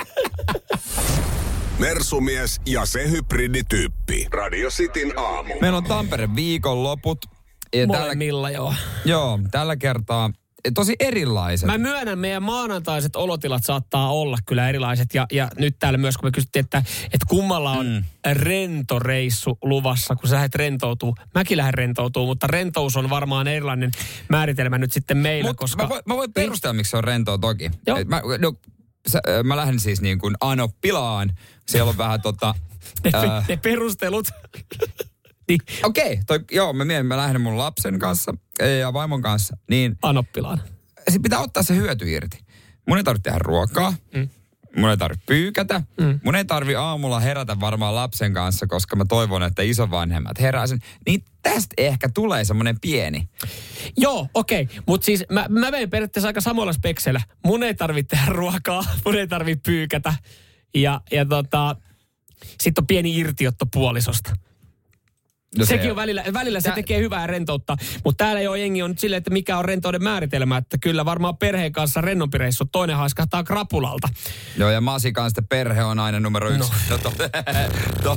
Mersumies ja se hybridityyppi. Radio Cityn aamu. Meillä on Tampereen viikonloput. Molemmilla, tällä, joo. Joo, tällä kertaa tosi erilaiset. Mä myönnän, meidän maanantaiset olotilat saattaa olla kyllä erilaiset. Ja, ja nyt täällä myös, kun me kysyttiin, että, että kummalla on mm. rentoreissu luvassa, kun sä lähdet rentoutuu. Mäkin lähden rentoutuu, mutta rentous on varmaan erilainen määritelmä nyt sitten meillä, Mut koska... Mä voin, mä voin perustella, miksi se on rentoa toki. Joo. Mä, no, sä, mä lähden siis niin kuin Anoppilaan. Siellä on vähän tota... ne, äh, ne perustelut... Niin. Okei, okay, joo, mä mietin, mä lähden mun lapsen kanssa ja vaimon kanssa, niin... Anoppilaan. Sitten pitää ottaa se hyöty irti. Mun ei tarvitse tehdä ruokaa, mm. mun ei tarvitse pyykätä, mm. mun ei tarvitse aamulla herätä varmaan lapsen kanssa, koska mä toivon, että isovanhemmat herää sen. Niin tästä ehkä tulee semmoinen pieni. Joo, okei, okay. Mutta siis mä, mä menen periaatteessa aika samalla spekseillä. Mun ei tarvitse tehdä ruokaa, mun ei tarvitse pyykätä ja, ja tota... Sitten on pieni irtiotto puolisosta. No Sekin se on välillä, välillä se Tää... tekee hyvää rentoutta, mutta täällä jo jengi on nyt silleen, että mikä on rentouden määritelmä, että kyllä varmaan perheen kanssa rennompi reissu, toinen haiskahtaa krapulalta. Joo, ja Masi kanssa perhe on aina numero yksi. No. to, to,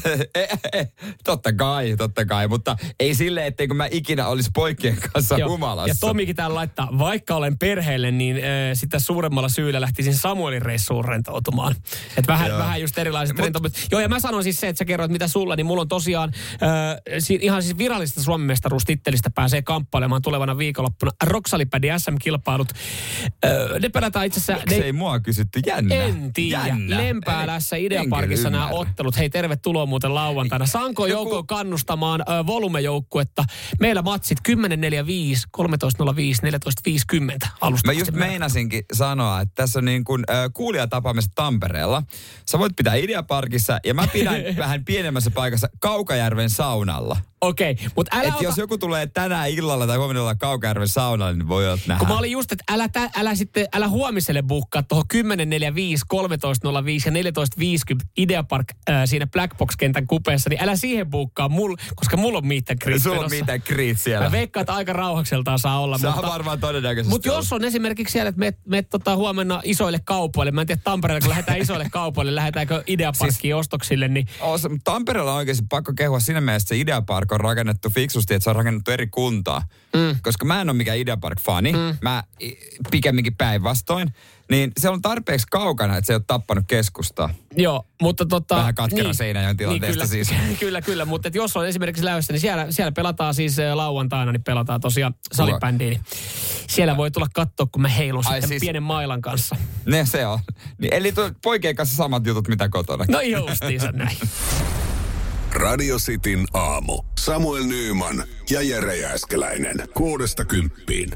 totta kai, totta kai, mutta ei silleen, etteikö mä ikinä olisi poikien kanssa Joo. humalassa. Ja Tomikin täällä laittaa, vaikka olen perheelle, niin äh, sitä suuremmalla syyllä lähtisin Samuelin reissuun rentoutumaan. Että vähän, vähän just erilaiset Mut... rentoutumat. Joo, ja mä sanon siis se, että sä kerroit, mitä sulla, niin mulla on tosiaan... Äh, ihan siis virallista Suomen mestaruustittelistä pääsee kamppailemaan tulevana viikonloppuna. Roksalipädi S M-kilpailut. Öö, ne pelataan itse asiassa... Miksei ne... mua kysytty? Jännä. En tiedä. Lempäälässä Ideaparkissa nämä ottelut. Hei, tervetuloa muuten lauantaina. Sanko joukkoon kannustamaan ö, volumejoukkuetta. Meillä matsit kymmenen neljä viisi, kolmetoista nolla viisi, neljätoista viisikymmentä alusta. Mä just meinasinkin sanoa, että tässä on niin kuin äh, kuulijatapaamista Tampereella. Sä voit pitää Ideaparkissa ja mä pidän vähän pienemmässä paikassa Kaukajärven saa saunalla. Okei, okay, mutta älä Et ota... jos joku tulee tänään illalla tai huomenna illalla Kaukajärven saunalle, niin voi olla nähdä. Kun mä olin just, että älä, tä, älä sitten, älä huomiselle buukkaa tuohon kymmenen neljä viisi, kolmetoista nolla viisi ja neljätoista viisikymmentä Idea Park äh, siinä Blackbox-kentän kupeessa, niin älä siihen buukkaa, mul, koska mulla on meet and greet. Sulla on meet and greet siellä. Mä veikkaan, että aika rauhakseltaan saa olla. Saa mutta, varmaan todennäköisesti. Mutta jos on esimerkiksi siellä, että me, me tota, huomenna isoille kaupoille, mä en tiedä Tampereella, kun lähdetään isoille kaupoille, lähdetäänkö Idea Parkiin siis, ostoksille, niin... Os, Tampereella on oikeasti pakko kehua siinä mielessä, että se Idea Park on rakennettu fiksusti, että se on rakennettu eri kuntaa. Mm. Koska mä en ole mikään Idea Park-fani, mm. mä pikemminkin päinvastoin, niin se on tarpeeksi kaukana, että se ei ole tappanut keskustaa. Joo, mutta tota... Vähän katkera niin, Seinäjoen tilanteesta niin, kyllä, siis. Kyllä, kyllä, mutta jos on esimerkiksi lähdössä, niin siellä, siellä pelataan siis lauantaina, niin pelataan tosiaan salibändiä. Niin siellä voi tulla katsoa, kun mä heilun Ai, sitten siis, pienen mailan kanssa. Ne se on. Niin, eli poikien kanssa samat jutut, mitä kotona. No justiinsa näin. Radio Cityn aamu. Samuel Nyyman ja Jere Jääskeläinen. Kuudesta kymppiin.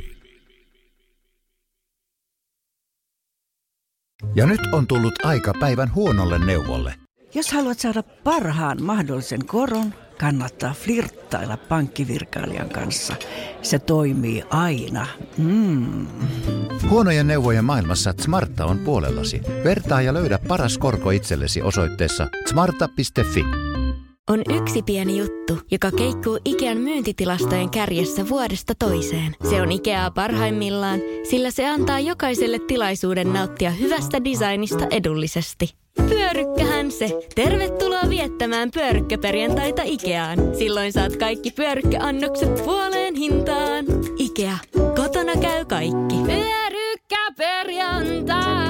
Ja nyt on tullut aika päivän huonolle neuvolle. Jos haluat saada parhaan mahdollisen koron, kannattaa flirttailla pankkivirkailijan kanssa. Se toimii aina. Mm. Huonojen neuvojen maailmassa Smarta on puolellasi. Vertaa ja löydä paras korko itsellesi osoitteessa smarta piste fi. On yksi pieni juttu, joka keikkuu Ikean myyntitilastojen kärjessä vuodesta toiseen. Se on Ikeaa parhaimmillaan, sillä se antaa jokaiselle tilaisuuden nauttia hyvästä designista edullisesti. Pyörykkähän se! Tervetuloa viettämään pyörykkäperjantaita Ikeaan. Silloin saat kaikki pyörykkäannokset puoleen hintaan. Ikea. Kotona käy kaikki. Pyörykkäperjantai!